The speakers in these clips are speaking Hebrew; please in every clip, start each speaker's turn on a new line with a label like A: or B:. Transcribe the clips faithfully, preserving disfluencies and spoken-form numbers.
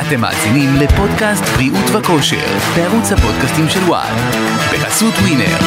A: אתם מאזינים לפודקאסט בריאות וכושר, בערוץ הפודקאסטים של וואן, בחסות ווינר.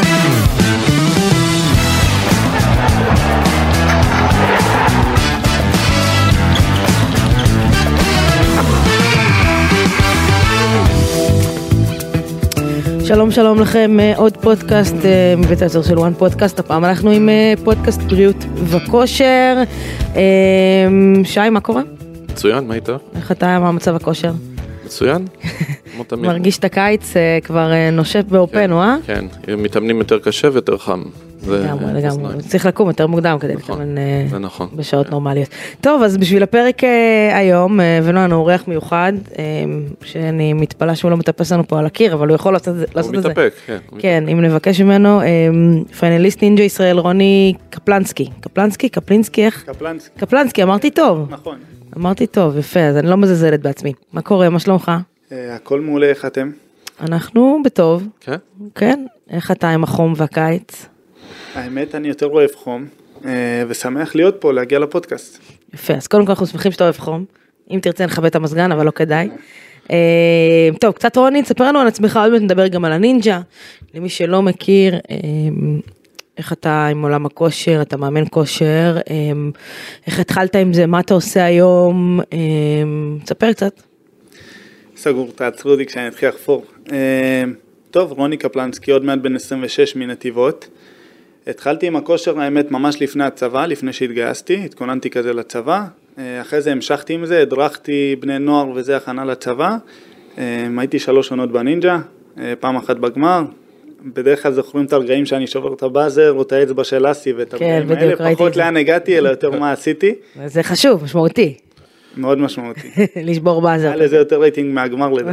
B: שלום שלום לכם, עוד פודקאסט מבית היוצר של וואן פודקאסט. הפעם אנחנו עם פודקאסט בריאות וכושר. שי, מה קורה?
C: מצוין, מה איתך?
B: איך אתה, מה מצב הכושר?
C: מצוין, כמו תמיד.
B: מרגיש את הקיץ כבר נושף בעורפנו, אה?
C: כן, מתאמנים יותר קשה ויותר חם.
B: לגמרי, לגמרי. צריך לקום יותר מוקדם כדי להתאמן בשעות נורמליות. טוב, אז בשביל הפרק היום, הבאנו לנו אורח מיוחד, שאני מתפלאה שהוא לא מטפס לנו פה על הקיר, אבל הוא יכול לעשות את זה.
C: הוא מתאפק, כן.
B: כן, אם נבקש ממנו, פיינליסט נינג'ה ישראל, רוני קפלנסקי. קפלנסקי? קפלינסקי, איך?
D: קפלנסקי.
B: קפלנסקי, אמרתי טוב.
D: נכון.
B: אמרתי טוב, יפה, אז אני לא מזלזלת בעצמי. מה קורה, מה שלומך?
D: הכל מעולה, איך אתם?
B: אנחנו בטוב.
C: כן?
B: כן. איך אתה עם החום והקיץ?
D: האמת, אני יותר אוהב חום, ושמח להיות פה, להגיע לפודקאסט.
B: יפה, אז קודם כל אנחנו שמחים שאתה אוהב חום. אם תרצה נכבה את המזגן, אבל לא כדאי. טוב, קצת רוני, תספר לנו על עצמך, עוד מעט נדבר גם על הנינג'ה. למי שלא מכיר, איך אתה עם עולם הכושר, אתה מאמן כושר, איך התחלת עם זה, מה אתה עושה היום, תספר קצת.
D: סגור, תעצרו אותי כשאני אתחיל לחפור. טוב, רוני קפלנסקי, עוד מעט בן עשרים ושש מנתיבות. התחלתי עם הכושר, האמת, ממש לפני הצבא, לפני שהתגייסתי, התכוננתי כזה לצבא. אחרי זה המשכתי עם זה, הדרכתי בני נוער וזה הכנה לצבא. הייתי שלוש עונות בנינג'ה, פעם אחת בגמר. בדרך כלל זוכרים את הרגעים שאני שובר את הבאזר או את האצבע של אסי ואת הרגעים האלה, פחות לאן הגעתי, אלא יותר מה עשיתי.
B: זה חשוב, משמעותי.
D: מאוד משמעותי.
B: לשבור באזר.
D: היה לזה יותר רייטינג מהגמר לזה.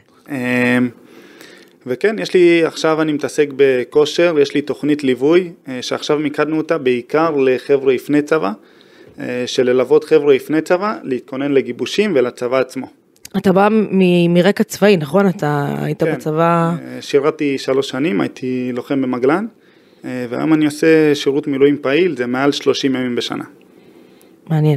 D: וכן, יש לי, עכשיו אני מתעסק בכושר, יש לי תוכנית ליווי, שעכשיו מיקדנו אותה בעיקר לחבר'ה לפני צבא, של ללוות חבר'ה לפני צבא, להתכונן לגיבושים ולצבא עצמו.
B: אתה בא מ- מרקע צבאי, נכון? אתה היית
D: כן,
B: בצבא...
D: שירתי שלוש שנים, הייתי לוחם במגלן, והיום אני עושה שירות מילואים פעיל, זה מעל שלושים ימים בשנה.
B: מעניין.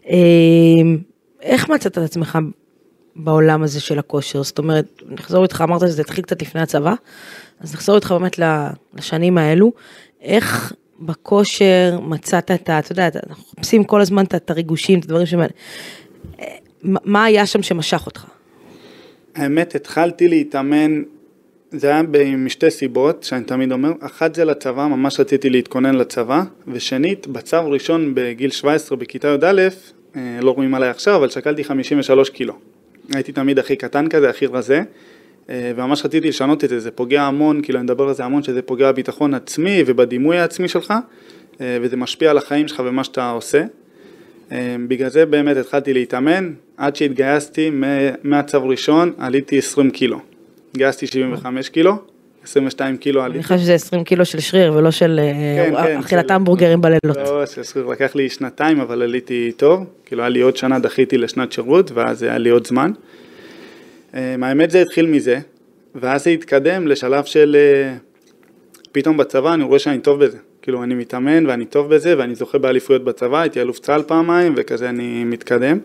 B: איך מצאת את עצמך בעולם הזה של הכושר? זאת אומרת, נחזור איתך, אמרת שזה התחיל קצת לפני הצבא, אז נחזור איתך באמת לשנים האלו. איך בכושר מצאת את ה... אתה יודע, אנחנו חפשים כל הזמן את הריגושים, את הדברים שמאלה. מה היה שם שמשך אותך?
D: האמת, התחלתי להתאמן, זה היה משתי סיבות, שאני תמיד אומר, אחת זה לצבא, ממש רציתי להתכונן לצבא, ושנית, בצו ראשון בגיל שבע עשרה בכיתה י' א', לא רואים עליי עכשיו, אבל שקלתי חמישים ושלוש קילו. הייתי תמיד הכי קטן כזה, הכי רזה, וממש רציתי לשנות את זה, זה פוגע המון, כאילו אני מדבר על זה המון, שזה פוגע בביטחון עצמי ובדימוי העצמי שלך, וזה משפיע על החיים שלך ומה שאתה עושה. בגלל זה באמת התחלתי להתאמן, עד שהתגייסתי מהצו ראשון, עליתי עשרים קילו. התגייסתי שבעים וחמש קילו, עשרים ושתיים קילו עליתי.
B: אני חושב שזה עשרים קילו של שריר, ולא של אכילת המבורגרים בלילות.
D: לא, של שריר, לקח לי שנתיים, אבל עליתי טוב, כאילו היה לי עוד שנה, דחיתי לשנת שירות, ואז היה לי עוד זמן. האמת זה התחיל מזה, ואז זה התקדם לשלב של, פתאום בצבא אני רואה שאני טוב בזה. כאילו אני מתאמן ואני טוב בזה, ואני זוכה באליפויות בצבא, הייתי אלוף צה"ל פעמיים, וכזה אני מתקדם.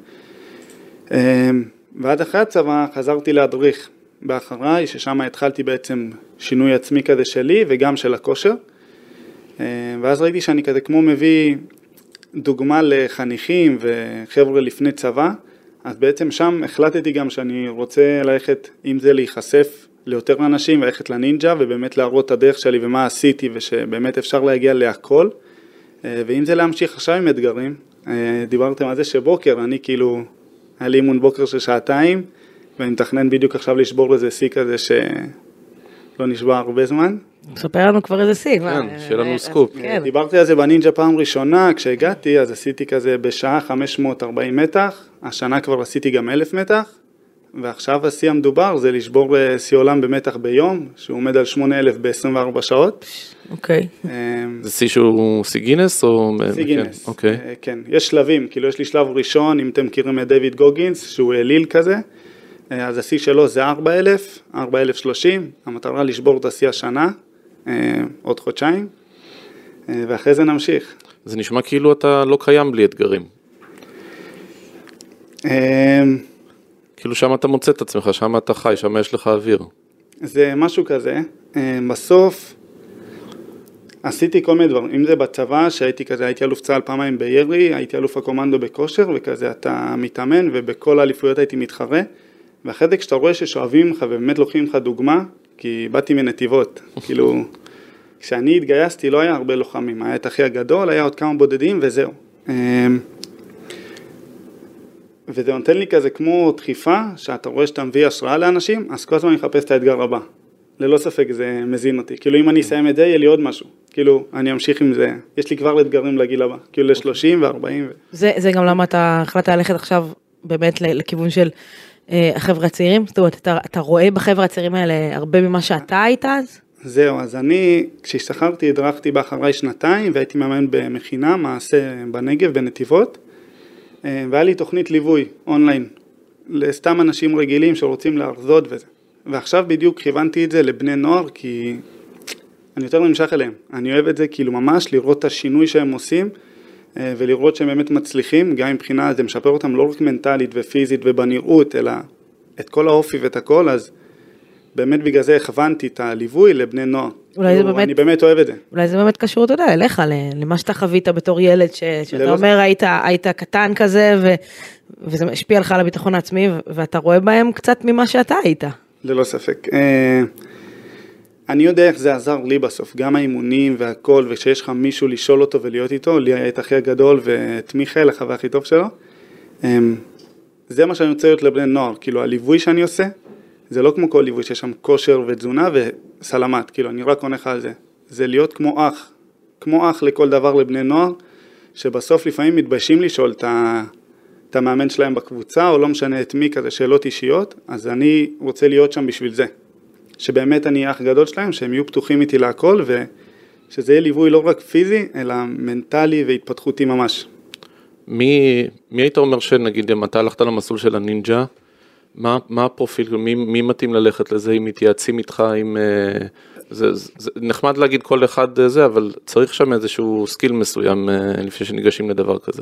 D: ועד אחרי הצבא חזרתי להדריך באחריי, ששם התחלתי בעצם שינוי עצמי כזה שלי, וגם של הכושר. ואז ראיתי שאני כזה כמו מביא דוגמה לחניכים וחבר'ה לפני צבא, אז בעצם שם החלטתי גם שאני רוצה ללכת, אם זה להיחשף ליותר אנשים, ללכת לנינג'ה, ובאמת להראות את הדרך שלי ומה עשיתי, ושבאמת אפשר להגיע להכל. ואם זה להמשיך עכשיו עם אתגרים, דיברתם על זה שבוקר, אני כאילו, היה לי אימון בוקר של שעתיים, ואני מתכנן בדיוק עכשיו לשבור איזה שיא כזה שלא נשבע הרבה זמן.
B: ספר לנו כבר איזה שיא.
C: כן, שיהיה לנו סקופ.
D: דיברתי על זה בנינג'ה פעם ראשונה, כשהגעתי, אז עשיתי כזה בשעה חמש מאות וארבעים מתח, השנה כבר עשיתי גם אלף מתח, ועכשיו השיא המדובר זה לשבור שיא עולם במתח ביום, שהוא עומד על שמונה אלף ב-עשרים וארבע שעות.
B: אוקיי.
C: זה שיא שהוא שיא גינס או...
D: שיא גינס,
C: אוקיי.
D: כן. יש שלבים, כאילו יש לי שלב ראשון, אם אתם מכירים את דיוויד גוגינס, שהוא אליל כזה, אז השיא שלו זה ארבע אלף, ארבע אלף ושלושים, המטרה לשבור את השיא השנה, עוד חודשיים, ואחרי זה נמשיך.
C: זה נשמע כאילו אתה לא קיים בלי אתגרים. כאילו שם אתה מוצא את עצמך, שם אתה חי, שם יש לך אוויר.
D: זה משהו כזה, בסוף עשיתי כל מיני דברים, אם זה בצבא שהייתי כזה, הייתי אלוף צה"ל פעמיים בירי, הייתי אלוף הקומנדו בכושר וכזה אתה מתאמן ובכל האליפויות הייתי מתחרה, ואחרי זה כשאתה רואה ששואבים לך ובאמת לוקחים לך דוגמה, כי באתי מנתיבות, כאילו כשאני התגייסתי לא היה הרבה לוחמים, היה את אחי הגדול, היה עוד כמה בודדים וזהו. וזה נותן לי כזה כמו דחיפה, שאתה רואה שאתה מביא השראה לאנשים, אז כל הזמן אני מחפש את האתגר הבא. ללא ספק זה מזין אותי. כאילו אם אני אסיים את זה, יהיה לי עוד משהו. כאילו אני אמשיך עם זה. יש לי כבר אתגרים לגיל הבא. כאילו ל-שלושים ו-ארבעים.
B: זה, זה גם למה אתה החלטת ללכת עכשיו באמת לכיוון של אה, החבר'ה הצעירים? זאת אומרת, אתה, אתה רואה בחבר'ה הצעירים האלה הרבה ממה שאתה היית אז?
D: זהו, אז אני, כשהשתחררתי, הדרכתי באחריי שנתיים, והייתי מאמן במכינה, מעשה בנגב, בנתיבות. והיה לי תוכנית ליווי אונליין לסתם אנשים רגילים שרוצים להרזות וזה. ועכשיו בדיוק כיוונתי את זה לבני נוער כי אני יותר נמשך אליהם. אני אוהב את זה כאילו ממש לראות את השינוי שהם עושים ולראות שהם באמת מצליחים, גם מבחינה זה משפר אותם לא רק מנטלית ופיזית ובנראות, אלא את כל האופי ואת הכל, אז באמת בגלל זה הכוונתי את הליווי לבני נוער.
B: אולי זה באמת,
D: אני באמת אוהב את זה.
B: אולי זה באמת קשור, אתה יודע, אליך, למה שאתה חווית בתור ילד, ש, שאתה אומר, היית, היית קטן כזה, ו, וזה משפיע לך על הביטחון העצמי, ואתה רואה בהם קצת ממה שאתה היית.
D: ללא ספק. אני יודע איך זה עזר לי בסוף, גם האימונים והכל, וכשיש לך מישהו לשאול אותו ולהיות איתו, לי היה את הכי הגדול, ואת מיכאל, החבר הכי טוב שלו. זה מה שאני רוצה להיות לבני נוער, כאילו הליווי שאני עושה, זה לא כמו כל ליווי שיש שם כושר ותזונה וסלמת, כאילו אני רק עונה לך על זה. זה להיות כמו אח, כמו אח לכל דבר לבני נוער, שבסוף לפעמים מתביישים לשאול את, ה, את המאמן שלהם בקבוצה, או לא משנה את מי כזה שאלות אישיות, אז אני רוצה להיות שם בשביל זה. שבאמת אני אח גדול שלהם, שהם יהיו פתוחים איתי להכל, ושזה יהיה ליווי לא רק פיזי, אלא מנטלי והתפתחותי ממש.
C: מי, מי היית אומר שנגיד אם אתה הלכת למסלול של הנינג'ה, מה, מה הפרופיל, מי, מי מתאים ללכת לזה, אם מתייעצים איתך, אם, זה, זה, זה נחמד להגיד כל אחד זה, אבל צריך שם איזשהו סקיל מסוים לפני שניגשים לדבר כזה.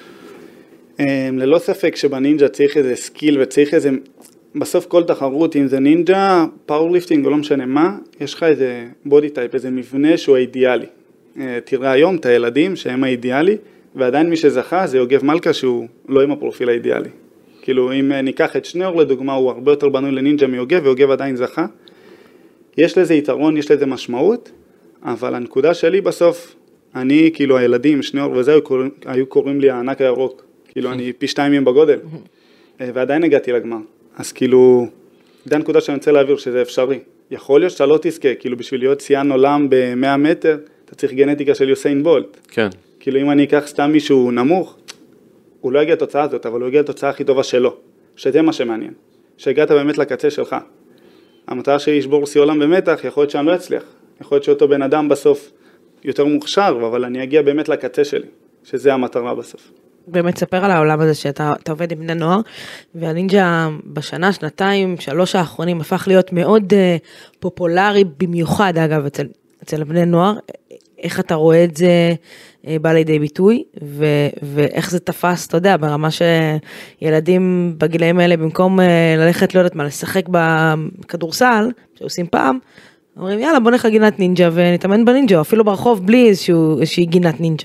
D: ללא ספק שבנינג'ה צריך איזה סקיל וצריך איזה, בסוף כל תחרות, אם זה נינג'ה, פאורליפטינג או לא משנה מה, יש לך איזה בודי טייפ, איזה מבנה שהוא האידיאלי. תראה היום את הילדים שהם האידיאלי, ועדיין מי שזכה זה יוגב מלכה שהוא לא עם הפרופיל האידיאלי. כאילו אם ניקח את שניאור לדוגמה, הוא הרבה יותר בנוי לנינג'ה מיוגב, ויוגב עדיין זכה. יש לזה יתרון, יש לזה משמעות, אבל הנקודה שלי בסוף, אני כאילו הילדים, שניאור וזה, היו קוראים לי הענק הירוק. כאילו אני פי שתיים ימים בגודל, ועדיין הגעתי לגמר. אז כאילו, זה הנקודה שאני רוצה להעביר שזה אפשרי. יכול להיות שאתה לא תזכה, כאילו בשביל להיות שיאן עולם ב-מאה מטר, אתה צריך גנטיקה של יוסיין בולט.
C: כן.
D: כאילו אם אני אקח סתם מישהו נמוך, הוא לא יגיע לתוצאה הזאת, אבל הוא יגיע לתוצאה הכי טובה שלו. שזה מה שמעניין. שהגעת באמת לקצה שלך. המטרה שלי לשבור שיא עולם במתח, יכול להיות שאני לא אצליח. יכול להיות שאותו בן אדם בסוף יותר מוכשר, אבל אני אגיע באמת לקצה שלי. שזה המטרה בסוף.
B: באמת ספר על העולם הזה שאתה עובד עם בני נוער, והנינג'ה בשנה, שנתיים, שלוש האחרונים הפך להיות מאוד uh, פופולרי, במיוחד אגב אצל, אצל בני נוער. איך אתה רואה את זה uh, בא לידי ביטוי, ו, ואיך זה תפס, אתה יודע, ברמה שילדים בגילאים האלה, במקום uh, ללכת, לא יודעת מה, לשחק בכדורסל, שעושים פעם, אומרים יאללה בוא נלך לגינת נינג'ה ונתאמן בנינג'ה, אפילו ברחוב בלי איזשהו, איזושהי גינת נינג'ה.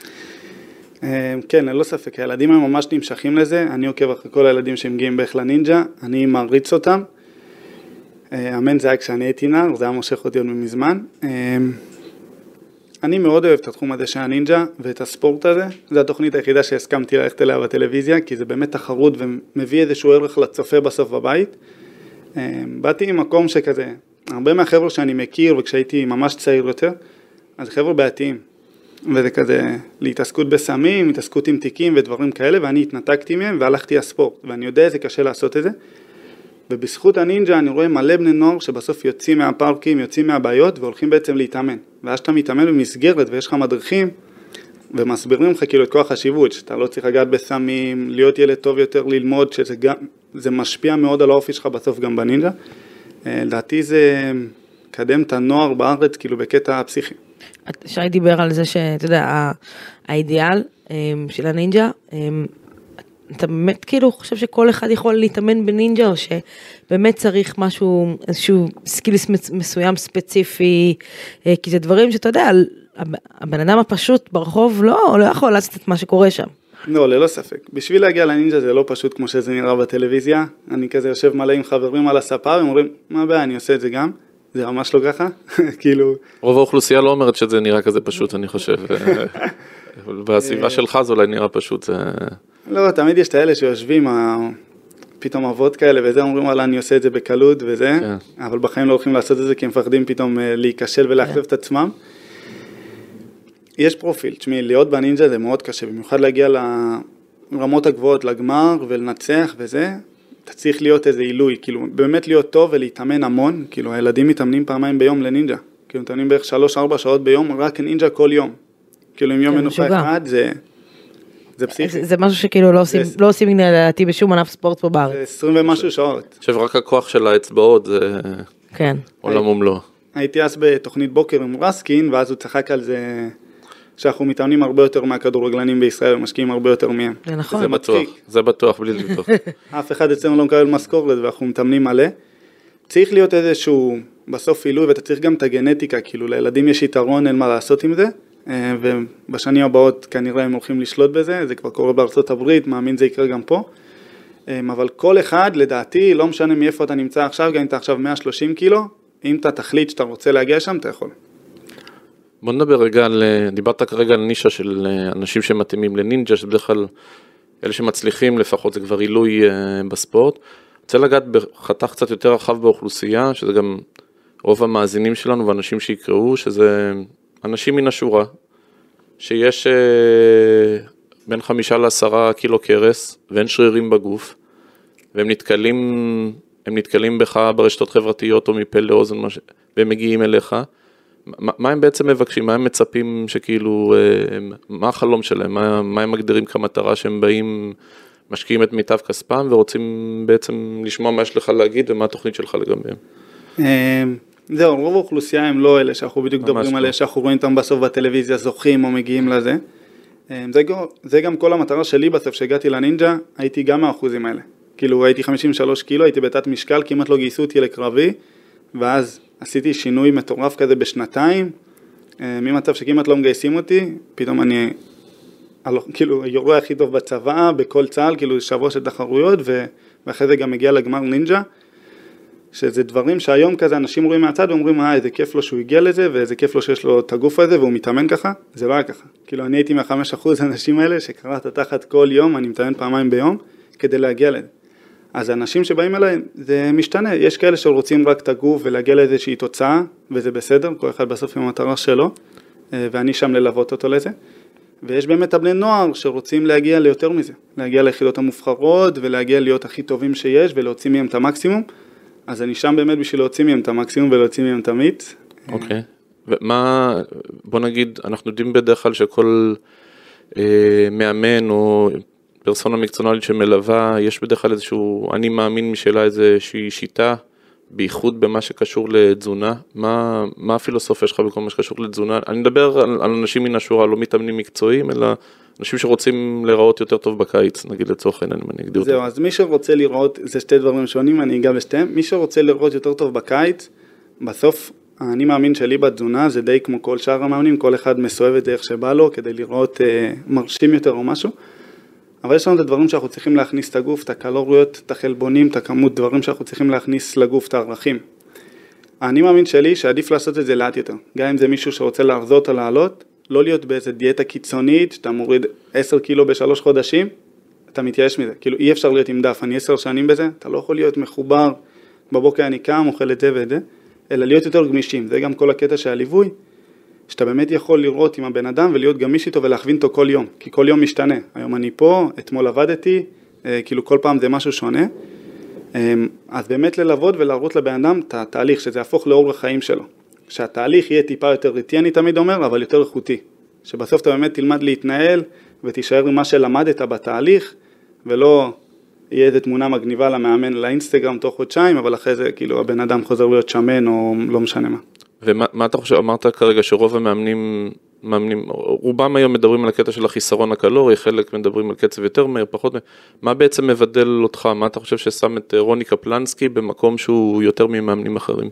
D: כן, לא ספק, הילדים הם ממש נמשכים לזה, אני עוקב אחרי כל הילדים שמגיעים בערך לנינג'ה, אני מעריץ אותם, אמן זה היה כשאני הייתי נער, זה היה מושך אותי עוד מזמן, אני מאוד אוהב את התחום הזה של הנינג'ה ואת הספורט הזה, זו התוכנית היחידה שהסכמתי ללכת אליה בטלוויזיה, כי זה באמת תחרות ומביא איזשהו ערך לצופה בסוף בבית, באתי ממקום שכזה, הרבה מהחבר'ה שאני מכיר וכשהייתי ממש צעיר יותר, אז חבר'ה בעתיים, וזה כזה להתעסקות בסמים, התעסקות עם תיקים ודברים כאלה, ואני התנתקתי מהם והלכתי לספורט, ואני יודע איזה קשה לעשות את זה, ובזכות הנינג'ה אני רואה מלא בני נוער שבסוף יוצאים מהפארקים, יוצאים מהבעיות והולכים בעצם להתאמן, ואז שאתה מתאמן במסגרת ויש לך מדריכים, ומסבירים לך כאילו את כל החשיבות, שאתה לא צריך לגעת בסמים, להיות ילד טוב יותר, ללמוד, שזה גם, זה משפיע מאוד על האופי שלך בסוף גם בנינג'ה, לדעתי זה קדם את הנוער בארץ כאילו בקטע פסיכי.
B: שי דיבר על זה שאתה יודע, האידיאל של הנינג'ה, אתה באמת כאילו חושב שכל אחד יכול להתאמן בנינג'ה, או שבאמת צריך משהו, איזשהו סקיל מסוים ספציפי, כי זה דברים שאתה יודע, הבן אדם הפשוט ברחוב לא, לא יכול לעשות את מה שקורה שם.
D: לא, ללא ספק. בשביל להגיע לנינג'ה זה לא פשוט כמו שזה נראה בטלוויזיה. אני כזה יושב מלא עם חברים על הספה, והם אומרים, מה הבעיה, אני עושה את זה גם. זה ממש לא ככה, כאילו...
C: רוב האוכלוסייה לא אומרת שזה נראה כזה פשוט, אני חושב. בסביבה שלך זה אולי נראה פשוט.
D: לא, תמיד יש את האלה שיושבים, פתאום אבות כאלה, וזה אומרים, וואלה, אני עושה את זה בקלות וזה, אבל בחיים לא הולכים לעשות את זה, כי הם מפחדים פתאום להיכשל ולהחלף את עצמם. יש פרופיל, תשמעי, להיות בנינג'ה זה מאוד קשה, במיוחד להגיע לרמות הגבוהות, לגמר ולנצח וזה, אתה צריך להיות איזה עילוי, כאילו באמת להיות טוב ולהתאמן המון, כאילו הילדים מתאמנים פעמיים ביום לנינג'ה, כאילו מתאמנים בערך שלוש ארבע שעות ביום, רק נינג'ה כל יום, כאילו עם יום מנוחה אחד זה, זה פסיכי.
B: זה משהו שכאילו לא עושים, לא עושים לדעתי בשום ענף ספורט פה בארץ.
D: זה עשרים ומשהו שעות.
C: אני חושב רק הכוח של האצבעות זה
B: כן.
C: עולם ומלואו.
D: הייתי אז בתוכנית בוקר עם רסקין, ואז הוא צחק על זה שאנחנו מתאמנים הרבה יותר מהכדורגלנים בישראל, ומשקיעים הרבה יותר מהם.
B: זה נכון.
C: זה בטוח, זה בטוח, בלי לבטוח.
D: אף אחד אצלנו לא מקבל משכורת, ואנחנו מתאמנים מלא. צריך להיות איזשהו, בסוף עילוי, ואתה צריך גם את הגנטיקה, כאילו לילדים יש יתרון, אין מה לעשות עם זה, ובשנים הבאות כנראה הם הולכים לשלוט בזה, זה כבר קורה בארצות הברית, מאמין זה יקרה גם פה. אבל כל אחד, לדעתי, לא משנה מאיפה אתה נמצא עכשיו, גם אם אתה עכשיו מאה ושלושים קילו, אם אתה תחליט שאתה רוצה להגיע שם, אתה יכול.
C: בוא נדבר רגע על, דיברת כרגע על נישה של אנשים שמתאימים לנינג'ה, שבדרך כלל אלה שמצליחים לפחות, זה כבר עילוי בספורט. רוצה לגעת בחתך קצת יותר רחב באוכלוסייה, שזה גם רוב המאזינים שלנו ואנשים שיקראו, שזה אנשים מן השורה, שיש בין חמישה לעשרה קילו קרס, ואין שרירים בגוף, והם נתקלים, הם נתקלים בך ברשתות חברתיות או מפה לאוזן, והם מגיעים אליך. מה, מה הם בעצם מבקשים? מה הם מצפים שכאילו, מה החלום שלהם? מה, מה הם מגדירים כמטרה שהם באים, משקיעים את מיטב כספם ורוצים בעצם לשמוע מה יש לך להגיד ומה התוכנית שלך לגביהם?
D: זהו, רוב האוכלוסייה הם לא אלה שאנחנו בדיוק מדברים עליהם, שאנחנו רואים אותם בסוף בטלוויזיה, זוכים או מגיעים לזה. זה, זה גם כל המטרה שלי בסוף, שהגעתי לנינג'ה, הייתי גם מהאחוזים האלה. כאילו הייתי חמישים ושלוש קילו, הייתי בתת משקל, כמעט לא גייסו אותי לקרבי, ואז עשיתי שינוי מטורף כזה בשנתיים, ממצב שכמעט לא מגייסים אותי, פתאום אני, כאילו, יורה הכי טוב בצבא, בכל צהל, כאילו שבוע של תחרויות, ואחרי זה גם הגיע לגמר נינג'ה, שזה דברים שהיום כזה אנשים רואים מהצד ואומרים, אה, איזה כיף לו שהוא הגיע לזה, ואיזה כיף לו שיש לו את הגוף הזה, והוא מתאמן ככה, זה לא היה ככה. כאילו, אני הייתי מהחמש אחוז האנשים האלה, שקראת תחת כל יום, אני מתאמן פעמיים ביום, כדי להגיע לזה. אז האנשים שבאים אליי, זה משתנה, יש כאלה שרוצים רק את הגוף ולהגיע לאיזושהי תוצאה, וזה בסדר, כל אחד בסוף עם המטרה שלו, ואני שם ללוות אותו לזה. ויש באמת הבני נוער שרוצים להגיע ליותר מזה, להגיע ליחידות המובחרות, ולהגיע להיות הכי טובים שיש, ולהוציא מהם את המקסימום. אז אני שם באמת בשביל להוציא מהם את המקסימום, ולהוציא מהם את המיץ.
C: אוקיי, ומה, בוא נגיד, אנחנו יודעים בדרך כלל שכל אה, מאמן או פרסונה מקצוענלית שמלווה, יש בדרך כלל איזשהו, אני מאמין משאלה איזושהי שיטה, בייחוד במה שקשור לתזונה, מה, מה הפילוסופיה שלך בכל מה שקשור לתזונה? אני מדבר על, על אנשים מן השורה, לא מתאמנים מקצועיים, אלא אנשים שרוצים לראות יותר טוב בקיץ, נגיד לצורך העניין, אני אגדיר אותם.
D: זהו, אז מי שרוצה לראות, זה שתי דברים שונים, אני אגע לשתיהם, מי שרוצה לראות יותר טוב בקיץ, בסוף, אני מאמין שלי בתזונה, זה די כמו כל שאר המאמנים, כל אחד מסואב את זה איך שבא לו, כדי לראות אה, מרשים יותר או משהו, אבל יש לנו את הדברים שאנחנו צריכים להכניס את הגוף, את הקלוריות, את החלבונים, את הכמות דברים שאנחנו צריכים להכניס לגוף, את הערכים. אני מאמין שלי שעדיף לעשות את זה לאט יותר. גם אם זה מישהו שרוצה להרזות או לעלות, לא להיות באיזה דיאטה קיצונית, שאתה מוריד עשר קילו בשלוש חודשים, אתה מתייאש מזה. כאילו אי אפשר להיות עם דף, אני עשר שנים בזה, אתה לא יכול להיות מחובר, בבוקר אני קם, אוכל את זה ואת זה, אלא להיות יותר גמישים. זה גם כל הקטע של הליווי. שאתה באמת יכול לראות עם הבן אדם ולהיות גמיש איתו ולהכווין אותו כל יום, כי כל יום משתנה. היום אני פה, אתמול עבדתי, כאילו כל פעם זה משהו שונה. אז באמת ללוות ולהראות לבן אדם את התהליך, שזה יהפוך לאורח החיים שלו. שהתהליך יהיה טיפה יותר איטי, אני תמיד אומר, אבל יותר איכותי. שבסוף אתה באמת תלמד להתנהל ותישאר עם מה שלמדת בתהליך, ולא יהיה איזו תמונה מגניבה למאמן לאינסטגרם תוך חודשיים, אבל אחרי זה כאילו הבן אדם חוזר להיות שמן או לא משנה מה.
C: ומה מה אתה חושב, אמרת כרגע שרוב המאמנים מאמנים, רובם היום מדברים על הקטע של החיסרון הקלורי, חלק מדברים על קצב יותר מהיר, פחות מהיר, מה בעצם מבדל אותך, מה אתה חושב ששם את רוני קפלנסקי במקום שהוא יותר ממאמנים אחרים?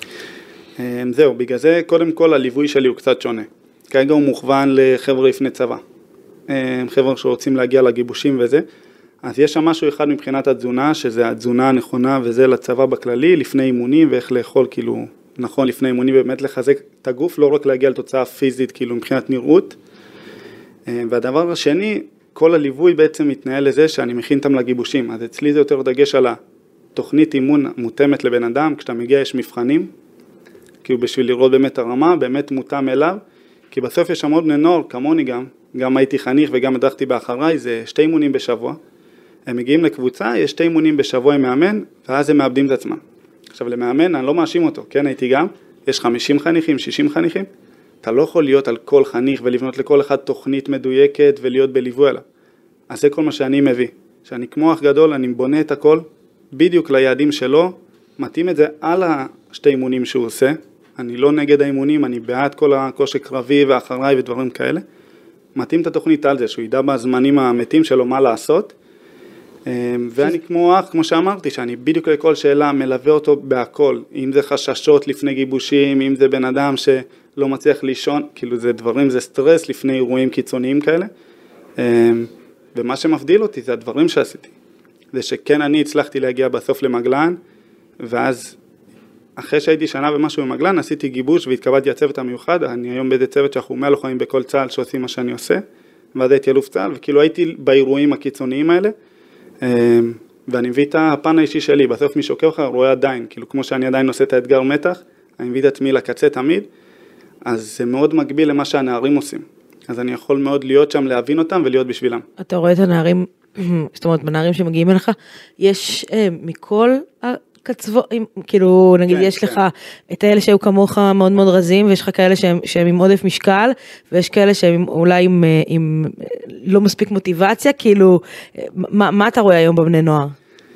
D: זהו, בגלל זה קודם כל הליווי שלי הוא קצת שונה, כרגע הוא מוכוון לחבר'ה לפני צבא, חבר'ה שרוצים להגיע לגיבושים וזה, אז יש שם משהו אחד מבחינת התזונה, שזה התזונה הנכונה וזה לצבא בכללי, לפני אימונים ואיך לאכול כאילו נכון לפני אימונים, באמת לחזק את הגוף, לא רק להגיע לתוצאה פיזית כאילו מבחינת נראות. והדבר השני, כל הליווי בעצם מתנהל לזה שאני מכין אותם לגיבושים, אז אצלי זה יותר דגש על התוכנית אימון מותאמת לבן אדם, כשאתה מגיע יש מבחנים, כאילו בשביל לראות באמת הרמה, באמת מותאם אליו, כי בסוף יש המון בני נוער, כמוני גם, גם הייתי חניך וגם הדרכתי באחריי, זה שתי אימונים בשבוע, הם מגיעים לקבוצה, יש שתי אימונים בשבוע עם מאמן, ואז הם מאבדים את עצמם. עכשיו למאמן, אני לא מאשים אותו, כן הייתי גם, יש חמישים חניכים, שישים חניכים, אתה לא יכול להיות על כל חניך ולבנות לכל אחד תוכנית מדויקת ולהיות בליווי עליו. אז זה כל מה שאני מביא, שאני כמו אח גדול, אני בונה את הכל בדיוק ליעדים שלו, מתאים את זה על השתי אימונים שהוא עושה, אני לא נגד האימונים, אני בעד כל הכושר קרבי ואחריי ודברים כאלה, מתאים את התוכנית על זה, שהוא ידע בזמנים המתים שלו מה לעשות, ואני כמו אח, כמו שאמרתי, שאני בדיוק לכל שאלה מלווה אותו בהכל, אם זה חששות לפני גיבושים, אם זה בן אדם שלא מצליח לישון, כאילו זה דברים, זה סטרס לפני אירועים קיצוניים כאלה, ומה שמבדיל אותי זה הדברים שעשיתי, זה שכן אני הצלחתי להגיע בסוף למגלן, ואז אחרי שהייתי שנה ומשהו במגלן, עשיתי גיבוש והתקבלתי הצוות המיוחד, אני היום באיזה צוות שאנחנו מאה לוחמים בכל צה"ל שעושים מה שאני עושה, ואז הייתי אלוף צה"ל, וכאילו הייתי באירועים הקיצוניים האלה, ואני מביא את הפן האישי שלי, בסוף מי שוקר לך רואה עדיין, כאילו כמו שאני עדיין עושה את האתגר מתח, אני מביא את עצמי לקצה תמיד, אז זה מאוד מקביל למה שהנערים עושים, אז אני יכול מאוד להיות שם, להבין אותם ולהיות בשבילם.
B: אתה רואה את הנערים, זאת אומרת, בנערים שמגיעים אליך, יש אה, מכל הקצוות, כאילו נגיד כן, יש כן. לך את האלה שהיו כמוך מאוד מאוד רזים, ויש לך כאלה שהם, שהם עם עודף משקל, ויש כאלה שהם אולי עם, עם לא מספיק מוטיבציה, כאילו, מה, מה אתה רואה היום בבני נוער?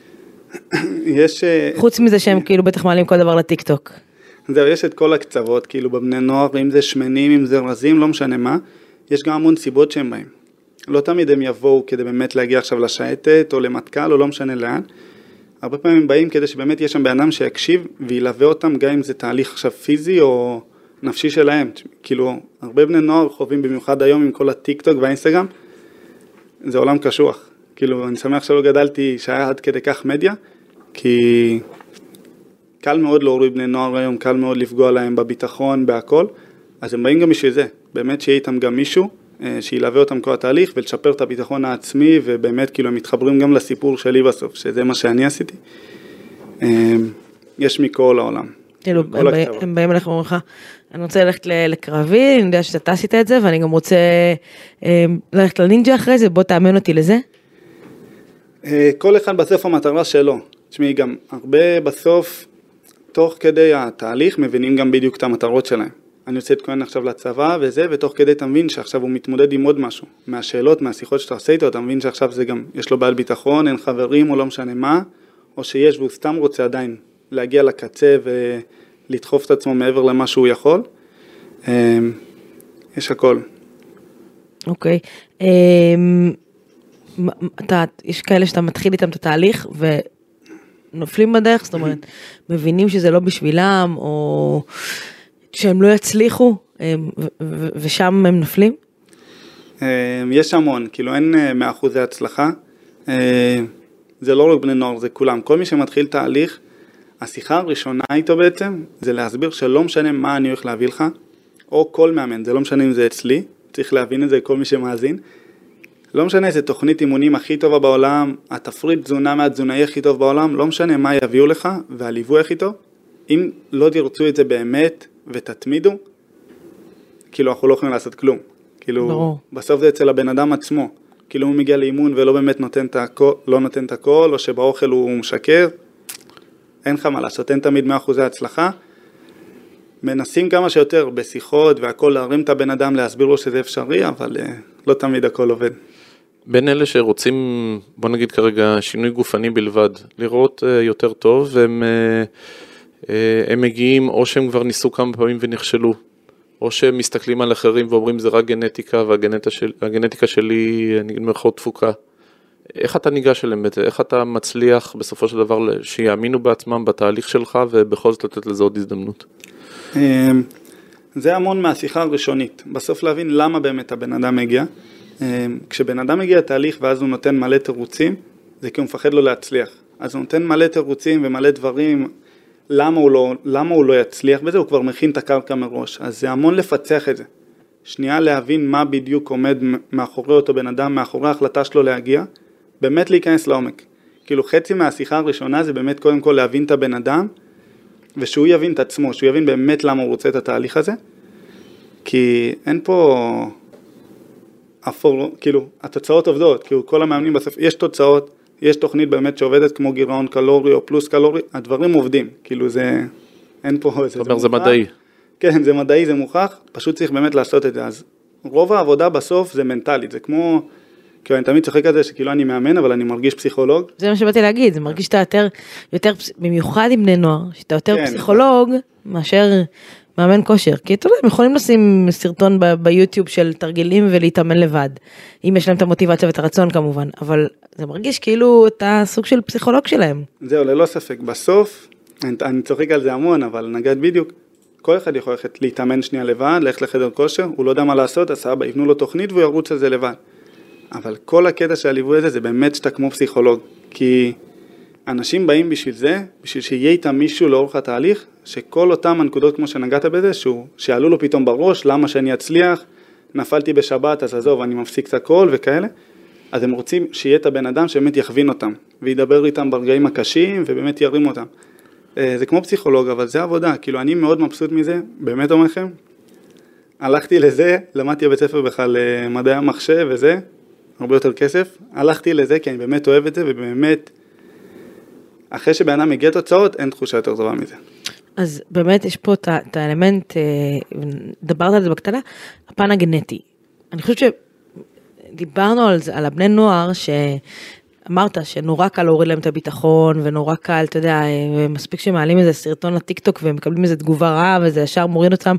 D: יש...
B: חוץ מזה שהם כאילו בטח מעלים כל דבר לטיק טוק.
D: זהו, יש את כל הקצוות, כאילו בבני נוער, אם זה שמנים, אם זה רזים, לא משנה מה, יש גם המון סיבות שהם באים. לא תמיד הם יבואו כדי באמת להגיע עכשיו לשייטת, או למטכ"ל, או לא משנה לאן. הרבה פעמים באים כדי שבאמת יש שם באדם שיקשיב, וילווה אותם, גם אם זה תהליך עכשיו פיזי, או נפשי שלהם. כאילו, הרבה בני נוער חווים במיוחד היום עם כל הטיק טוק והאינסטגרם, זה עולם קשוח. כאילו, אני שמח שלא גדלתי שהיה עד כדי כך מדיה, כי קל מאוד להוריד בני נוער היום, קל מאוד לפגוע להם בביטחון, בהכל, אז הם באים גם בשביל זה. באמת שיהיה איתם גם מישהו, שילווה אותם כל התהליך ולשפר את הביטחון העצמי, ובאמת כאילו הם מתחברים גם לסיפור שלי בסוף, שזה מה שאני עשיתי. יש מכל העולם.
B: כאילו, הם באים אליך ואומרים לך, אני רוצה ללכת לקרבי, אני יודע שאתה עשית את זה, ואני גם רוצה ללכת לנינג'ה אחרי זה, בוא תאמן אותי לזה.
D: כל אחד בסוף המטרה שלו. תשמעי, גם הרבה בסוף, תוך כדי התהליך, מבינים גם בדיוק את המטרות שלהם. אני רוצה להתכונן עכשיו לצבא וזה, ותוך כדי אתה מבין שעכשיו הוא מתמודד עם עוד משהו. מהשאלות, מהשיחות שאתה עושה איתו, אתה מבין שעכשיו זה גם, יש לו בעל ביטחון, אין חברים או לא משנה מה, או שיש והוא סתם רוצה עדיין להגיע לקצה ולדחוף את עצמו מעבר למה שהוא יכול. יש הכל.
B: אוקיי. אתה, יש כאלה שאתה מתחיל איתם את התהליך ונופלים בדרך, זאת אומרת, מבינים שזה לא בשבילם, או שהם לא יצליחו, ושם הם נופלים?
D: יש המון, כאילו אין מאה אחוזי הצלחה, זה לא רק בני נוער, זה כולם, כל מי שמתחיל תהליך, השיחה הראשונה איתו בעצם, זה להסביר שלא משנה מה אני הולך להביא לך, או כל מאמן, זה לא משנה אם זה אצלי, צריך להבין את זה כל מי שמאזין, לא משנה איזה תוכנית אימונים הכי טובה בעולם, התפריט תזונה מהתזונאי הכי טוב בעולם, לא משנה מה יביאו לך, והליווי הכי טוב, אם לא תרצו את זה באמת ותתמידו, כאילו אנחנו לא יכולים לעשות כלום. כאילו ברור. בסוף זה אצל הבן אדם עצמו. כאילו הוא מגיע לאימון ולא באמת נותן את הכל, לא נותן את הכל, או שבאוכל הוא משקר, אין לך מה לעשות, אין תמיד מאה אחוזי הצלחה. מנסים כמה שיותר בשיחות והכל להרים את הבן אדם, להסביר לו שזה אפשרי, אבל לא תמיד הכל עובד.
C: בין אלה שרוצים, בוא נגיד כרגע, שינוי גופני בלבד, לראות יותר טוב, והם הם מגיעים, או שהם כבר ניסו כמה פעמים ונכשלו. או שמסתכלים על אחרים ואומרים זה רק גנטיקה, והגנטיקה שלי נגמרת תפוקה. איך אתה ניגש אליהם בזה? איך אתה מצליח בסופו של דבר שיאמינו בעצמם בתהליך שלך, ובכל זאת לתת לזה עוד הזדמנות?
D: זה המון מהשיחה הראשונית. בסוף להבין למה באמת הבן אדם מגיע. כשבן אדם מגיע לתהליך ואז הוא נותן מלא תירוצים, זה כי הוא מפחד לו להצליח. אז הוא נותן מלא תירוצים ומלא דברים, למה הוא לא, למה הוא לא יצליח בזה, הוא כבר מכין את הקרקע מראש. אז זה המון לפצח את זה. שנייה להבין מה בדיוק עומד מאחורי אותו בן אדם, מאחורי ההחלטה שלו להגיע, באמת להיכנס לעומק. כאילו חצי מהשיחה הראשונה זה באמת קודם כל להבין את הבן אדם, ושהוא יבין את עצמו, שהוא יבין באמת למה הוא רוצה את התהליך הזה, כי אין פה אפור, כאילו, התוצאות עובדות, כאילו כל המאמנים בסוף, יש תוצאות, יש תוכנית באמת שעובדת כמו גירעון קלורי או פלוס קלורי, הדברים עובדים, כאילו זה, אין פה,
C: זאת אומרת, זה מדעי.
D: כן, זה מדעי, זה מוכח, פשוט צריך באמת לעשות את זה, אז רוב העבודה בסוף זה מנטלית, זה כמו, כאילו אני תמיד צוחק על זה שכאילו אני מאמן, אבל אני מרגיש פסיכולוג.
B: זה מה שבאתי להגיד, זה מרגיש שאתה יותר, יותר, במיוחד עם בני נוער, שאתה יותר
D: כן,
B: פסיכולוג מאשר מאמן כושר, כי אתה יודע, הם יכולים לשים סרטון ב- ביוטיוב של תרגילים ולהתאמן לבד, אם יש להם את המוטיבציה ואת הרצון כמובן, אבל זה מרגיש כאילו אתה סוג של פסיכולוג שלהם.
D: זהו, ללא ספק, בסוף, אני, אני צוחק על זה המון, אבל נגד בדיוק, כל אחד יכול ללכת להתאמן שנייה לבד, ללכת לחדר כושר, הוא לא יודע מה לעשות, אז סבא, יבנו לו תוכנית והוא ירוץ על זה לבד. אבל כל הקטע של הליווי הזה, זה באמת שאתה כמו פסיכולוג, כי אנשים באים בשביל זה, בשביל שיהיה איתם מישהו לאורך התהליך, שכל אותם הנקודות כמו שנגעת בזה, שהוא, שעלו לו פתאום בראש, למה שאני אצליח, נפלתי בשבת, אז עזוב, אני מפסיק את הכל וכאלה, אז הם רוצים שיהיה את הבן אדם שבאמת יכווין אותם, וידבר איתם ברגעים הקשים, ובאמת ירים אותם. זה כמו פסיכולוג, אבל זה עבודה, כאילו אני מאוד מבסוט מזה, באמת אומר לכם, הלכתי לזה, למדתי בבית ספר בכלל מדעי המחשב וזה, הרבה יותר כסף, הלכתי לזה כי אני באמת אוהב את זה, ובאמת, אחרי שבאדם מגיע תוצאות, אין תחושה יותר טובה מזה.
B: אז באמת יש פה את האלמנט, דברת על זה בקטנה, הפן הגנטי. אני חושבת שדיברנו על זה, על הבני נוער, שאמרת שנורא קל להוריד להם את הביטחון, ונורא קל, אתה יודע, מספיק שמעלים איזה סרטון לטיקטוק, ומקבלים איזה תגובה רעה, וזה ישר מוריד אותם.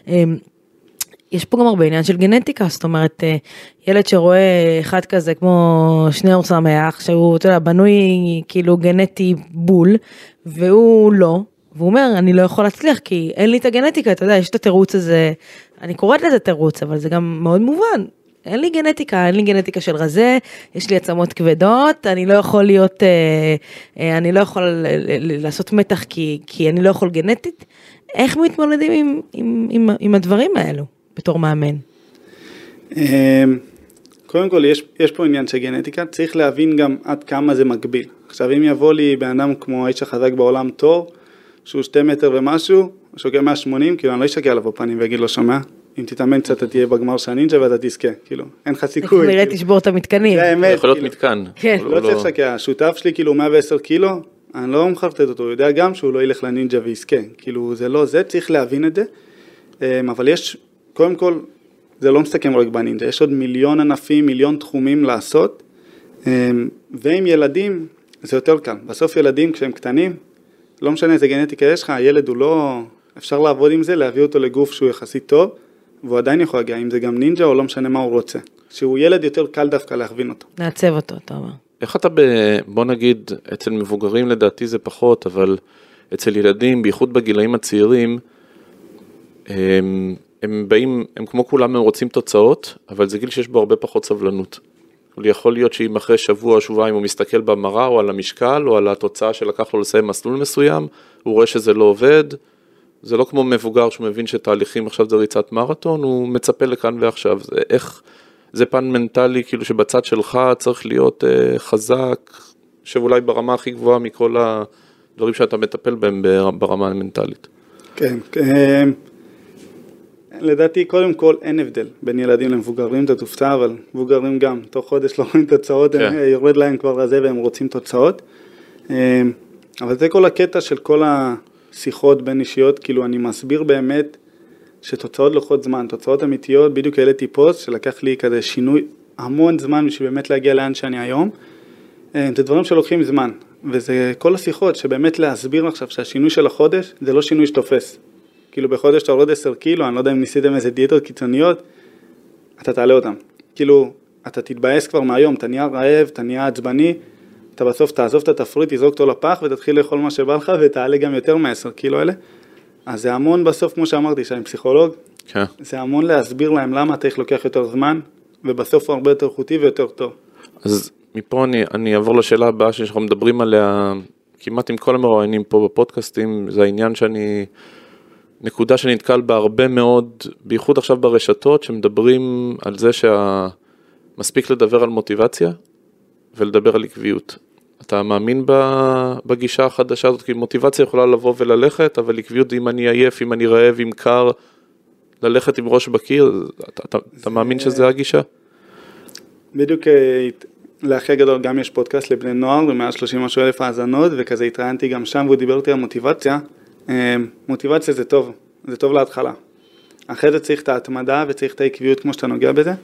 B: יש פה גם הרבה עניין של גנטיקה, זאת אומרת, ילד שרואה אחד כזה כמו שניאור שמח, שהוא, אתה יודע, בנוי כאילו גנטי בול, והוא לא, והוא אומר, אני לא יכול להצליח, כי אין לי את הגנטיקה, אתה יודע, יש את התירוץ הזה, אני קוראת לזה תירוץ, אבל זה גם מאוד מובן, אין לי גנטיקה, אין לי גנטיקה של רזה, יש לי עצמות כבדות, אני לא יכול להיות, אני לא יכול לעשות מתח, כי, כי אני לא יכול גנטית, איך מתמודדים עם, עם, עם, עם הדברים האלו? בתור מאמן?
D: קודם כל, יש, יש פה עניין של גנטיקה, צריך להבין גם עד כמה זה מגביל. עכשיו, אם יבוא לי בן אדם כמו האיש החזק בעולם תור, שהוא שתי מטר ומשהו, שוקל מאה ושמונים, כאילו אני לא אשקע עליו בפנים ויגיד לו שומע, אם תתאמן קצת אתה תהיה בגמר של הנינג'ה ואתה תזכה, כאילו, אין לך סיכוי.
B: נראה תשבור את המתקנים.
D: זה האמת.
C: יכול להיות מתקן.
B: כן.
D: לא צריך לשקע, השותף שלי כאילו מאה ועשר קילו, אני לא מחרטט אותו, הוא יודע גם שהוא לא ילך לנינג'ה ויזכה, כאילו זה לא זה, צריך להבין את זה, אבל יש קודם כל, זה לא מסתכם רק בנינג'ה, יש עוד מיליון ענפים, מיליון תחומים לעשות, ועם ילדים זה יותר קל. בסוף ילדים כשהם קטנים, לא משנה איזה גנטיקה יש לך, הילד הוא לא, אפשר לעבוד עם זה, להביא אותו לגוף שהוא יחסית טוב, והוא עדיין יכול להגיע, אם זה גם נינג'ה או לא משנה מה הוא רוצה. שהוא ילד יותר קל דווקא להכווין אותו.
B: לעצב אותו, אתה אומר.
C: איך אתה, ב, בוא נגיד, אצל מבוגרים לדעתי זה פחות, אבל אצל ילדים, בייחוד בגילאים הצעירים, הם, הם באים, הם כמו כולם, הם רוצים תוצאות, אבל זה גיל שיש בו הרבה פחות סבלנות. הוא יכול להיות שאם אחרי שבוע או שבועיים הוא מסתכל במראה או על המשקל או על התוצאה שלקח לו לסיים מסלול מסוים, הוא רואה שזה לא עובד, זה לא כמו מבוגר שהוא מבין שתהליכים עכשיו זה ריצת מרתון, הוא מצפה לכאן ועכשיו. זה, איך, זה פן מנטלי כאילו שבצד שלך צריך להיות אה, חזק, שאולי ברמה הכי גבוהה מכל הדברים שאתה מטפל בהם ברמה המנטלית.
D: כן, כן. לדעתי, קודם כל, אין הבדל בין ילדים למבוגרים, אתה תופתע, אבל מבוגרים גם, תוך חודש לא רואים תוצאות, כן. יורד להם כבר לזה והם רוצים תוצאות. אבל זה כל הקטע של כל השיחות בין אישיות, כאילו אני מסביר באמת שתוצאות לוקחות זמן, תוצאות אמיתיות, בדיוק העליתי פוסט שלקח לי כזה שינוי המון זמן בשביל באמת להגיע לאן שאני היום. זה דברים שלוקחים זמן, וזה כל השיחות שבאמת להסביר עכשיו שהשינוי של החודש זה לא שינוי שתופס. כאילו בחודש אתה יורד עשר קילו, אני לא יודע אם ניסיתם איזה דיאטות קיצוניות, אתה תעלה אותם. כאילו, אתה תתבאס כבר מהיום, אתה נהיה רעב, אתה נהיה עצבני, אתה בסוף תעזוב את התפריט, תזרוק אותו לפח ותתחיל לאכול מה שבא לך ותעלה גם יותר מ-עשרה קילו האלה. אז זה המון בסוף, כמו שאמרתי, שאני פסיכולוג,
C: כן.
D: זה המון להסביר להם למה התהליך לוקח יותר זמן, ובסוף הוא הרבה יותר איכותי ויותר טוב.
C: אז מפה אני, אני אעבור לשאלה הבאה שאנחנו מדברים עליה, כמעט עם כל המרואיינים פה בפודקאסטים, זה העניין שאני, נקודה שנתקל בה הרבה מאוד, בייחוד עכשיו ברשתות, שמדברים על זה שמספיק לדבר על מוטיבציה, ולדבר על עקביות. אתה מאמין בגישה החדשה הזאת, כי מוטיבציה יכולה לבוא וללכת, אבל עקביות, אם אני עייף, אם אני רעב, אם קר, ללכת עם ראש בקיר, אתה, אתה, אתה מאמין שזה הגישה?
D: בדיוק לאחי גדול גם יש פודקאסט לבני נוער, ומעל שלושים משהו אלף האזנות, וכזה התראיינתי גם שם, והוא דיבר אותי על מוטיבציה. מוטיבציה זה טוב, זה טוב להתחלה. אחרי זה צריך את ההתמדה, וצריך את העקביות כמו שאתה נוגע בזה.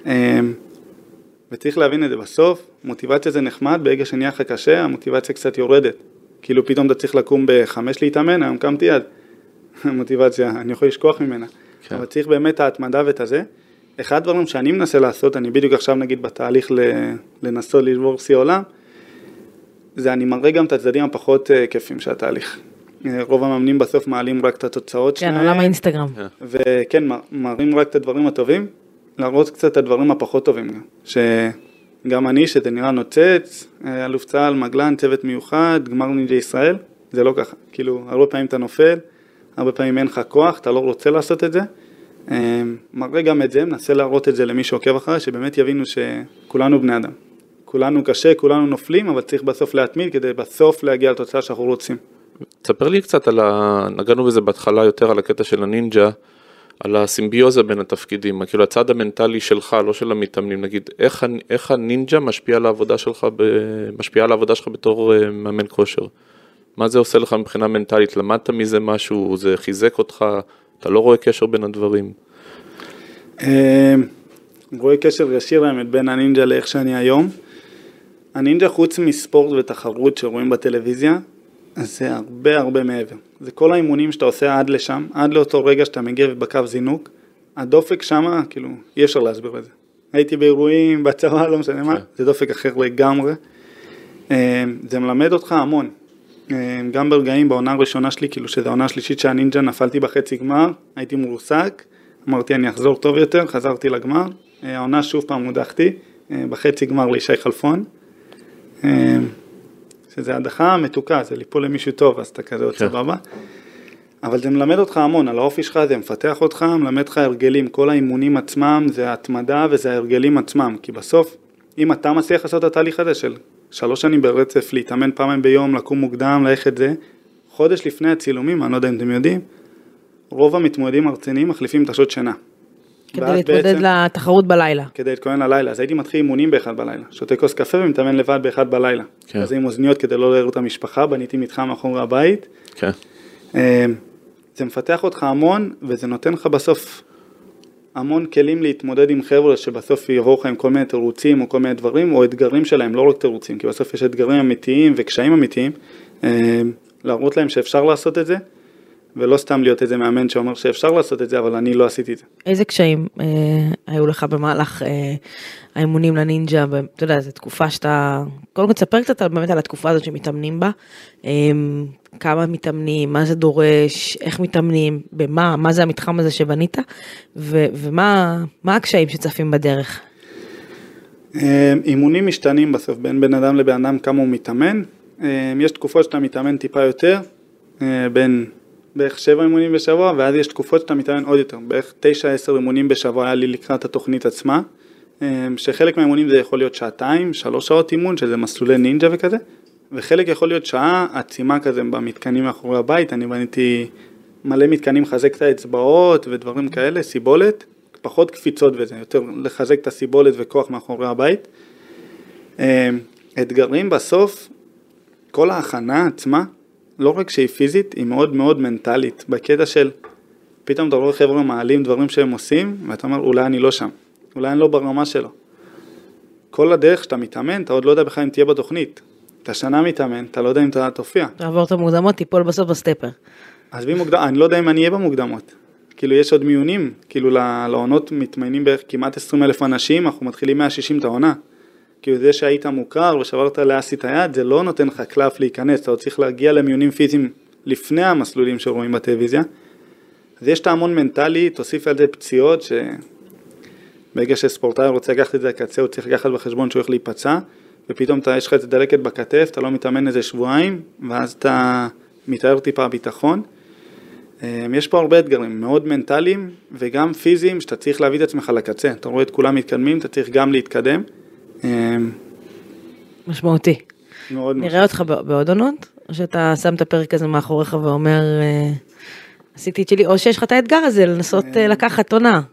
D: וצריך להבין את זה בסוף, מוטיבציה זה נחמד, ברגע שנהיה לך קשה, המוטיבציה קצת יורדת. כאילו פתאום אתה צריך לקום בחמש להתאמן, היום קמתי יד. מוטיבציה, אני יכול לשכוח ממנה. כן. אבל צריך באמת ההתמדה ואת הזה. אחד הדברים שאני מנסה לעשות, אני בדיוק עכשיו נגיד בתהליך לנסות לשבור שיא עולם, זה אני מראה גם את הצדדים הפחות כיפים של התהליך. רוב המאמנים בסוף מעלים רק את התוצאות
B: שלהם. כן, עולם האינסטגרם.
D: וכן, מראים רק את הדברים הטובים, להראות קצת את הדברים הפחות טובים גם. שגם אני, שזה נראה נוצץ, אלוף צהל, מגלן, צוות מיוחד, גמר נינג'ה ישראל, זה לא ככה. כאילו, הרבה פעמים אתה נופל, הרבה פעמים אין לך כוח, אתה לא רוצה לעשות את זה. מראה גם את זה, מנסה להראות את זה למי שעוקב אחרי, שבאמת יבינו שכולנו בני אדם. כולנו קשה, כולנו נופלים, אבל צריך בסוף להתמיד, כדי בסוף להגיע לתוצאה שאנחנו רוצים.
C: תספר לי קצת על ה... נגענו בזה בהתחלה יותר על הקטע של הנינג'ה, על הסימביוזה בין התפקידים, כאילו הצד המנטלי שלך, לא של המתאמנים, נגיד, איך, איך הנינג'ה משפיע על העבודה שלך, ב... משפיע על העבודה שלך בתור uh, מאמן כושר? מה זה עושה לך מבחינה מנטלית? למדת מזה משהו? זה חיזק אותך? אתה לא רואה קשר בין הדברים?
D: רואה קשר ישיר האמת בין הנינג'ה לאיך שאני היום. הנינג'ה חוץ מספורט ותחרות שרואים בטלוויזיה, אז זה הרבה הרבה מעבר. זה כל האימונים שאתה עושה עד לשם, עד לאותו רגע שאתה מגיע בקו זינוק, הדופק שמה, כאילו, אי אפשר להסביר את זה. הייתי באירועים, בצבא, לא משנה מה, זה דופק אחר לגמרי. זה מלמד אותך המון. גם ברגעים בעונה הראשונה שלי, כאילו שזו העונה השלישית שהנינג'ה, נפלתי בחצי גמר, הייתי מורסק, אמרתי אני אחזור טוב יותר, חזרתי לגמר, העונה שוב פעם מודחתי, בחצי גמר לישי חלפון, שזה הדחה מתוקה, זה ליפול למישהו טוב, אז אתה כזה עוד סבבה, אבל זה מלמד אותך המון, על האופי שלך, זה מפתח אותך, מלמד לך הרגלים, כל האימונים עצמם, זה ההתמדה וזה ההרגלים עצמם, כי בסוף, אם אתה מצליח לעשות את התהליך הזה של שלוש שנים ברצף, להתאמן פעמים ביום, לקום מוקדם, לאיך את זה, חודש לפני הצילומים, אני לא יודע אם אתם יודעים, רוב המתמודדים הרציניים מחליפים את השעות שינה.
B: כדי להתמודד בעצם, לתחרות בלילה.
D: כדי להתכונן ללילה. אז הייתי מתחיל אימונים באחד בלילה. שותה כוס קפה ומתאמן לבד באחד בלילה. כן. אז עם אוזניות כדי לא להראות את המשפחה, בניתי מתחם מאחורי הבית.
C: כן.
D: זה מפתח אותך המון, וזה נותן לך בסוף המון כלים להתמודד עם חבר'ה, שבסוף יבואו לך עם כל מיני תירוצים או כל מיני דברים, או אתגרים שלהם, לא רק תירוצים, כי בסוף יש אתגרים אמיתיים וקשיים אמיתיים, להראות להם שאפשר לעשות את זה, ולא סתם להיות איזה מאמן שאומר שאפשר לעשות את זה, אבל אני לא עשיתי את זה.
B: איזה קשיים אה, היו לך במהלך אה, האימונים לנינג'ה, אתה יודע, זו תקופה שאתה, קודם כל תספר קצת באמת על התקופה הזאת שמתאמנים בה, אה, כמה מתאמנים, מה זה דורש, איך מתאמנים, במה, מה זה המתחם הזה שבנית, ו, ומה מה הקשיים שצפים בדרך?
D: אה, אימונים משתנים בסוף, בין בן אדם לבן אדם כמה הוא מתאמן, אה, יש תקופות שאתה מתאמן טיפה יותר, אה, בין... בערך שבע אימונים בשבוע, ואז יש תקופות שאתה מתאמן עוד יותר, בערך תשע עשר אימונים בשבוע היה לי לקראת התוכנית עצמה, שחלק מהאימונים זה יכול להיות שעתיים, שלוש שעות אימון, שזה מסלולי נינג'ה וכזה, וחלק יכול להיות שעה, עצימה כזה במתקנים מאחורי הבית, אני בניתי מלא מתקנים, חזק את האצבעות ודברים כאלה, סיבולת, פחות קפיצות וזה, יותר לחזק את הסיבולת וכוח מאחורי הבית. אתגרים בסוף, כל ההכנה עצמה, לא רק שהיא פיזית, היא מאוד מאוד מנטלית, בקטע של פתאום אתה רואה חבר'ה מעלים דברים שהם עושים, ואתה אומר, אולי אני לא שם, אולי אני לא ברמה שלו. כל הדרך שאתה מתאמן, אתה עוד לא יודע בכלל אם תהיה בתוכנית. אתה שנה מתאמן, אתה לא יודע אם אתה תופיע.
B: תעבור את המוקדמות, תיפול בסוף בסטפר.
D: אז בי מוקדם, אני לא יודע אם אני אהיה במוקדמות. כאילו יש עוד מיונים, כאילו לעונות מתמיינים בערך כמעט עשרים אלף אנשים, אנחנו מתחילים מאה ושישים את העונה. כאילו זה שהיית מוכר ושברת לאסי את היד, זה לא נותן לך קלף להיכנס, אתה עוד צריך להגיע למיונים פיזיים לפני המסלולים שרואים בטלוויזיה. אז יש את ההמון מנטלי, תוסיף על זה פציעות, שברגע שספורטאי רוצה לקחת את זה לקצה, הוא צריך לקחת בחשבון שהוא הולך להיפצע, ופתאום אתה, יש לך את דלקת בכתף, אתה לא מתאמן איזה שבועיים, ואז אתה מתאר טיפה ביטחון. יש פה הרבה אתגרים, מאוד מנטליים וגם פיזיים, שאתה צריך להביא את עצמך לקצה. אתה רואה את כולם מתקדמים, אתה צריך גם להתקדם.
B: משמעותי.
D: מאוד משמעותי.
B: נראה אותך בעוד עונות? או שאתה שם את הפרק הזה מאחוריך ואומר, עשיתי את שלי, או שיש לך את האתגר הזה, לנסות לקחת עונה?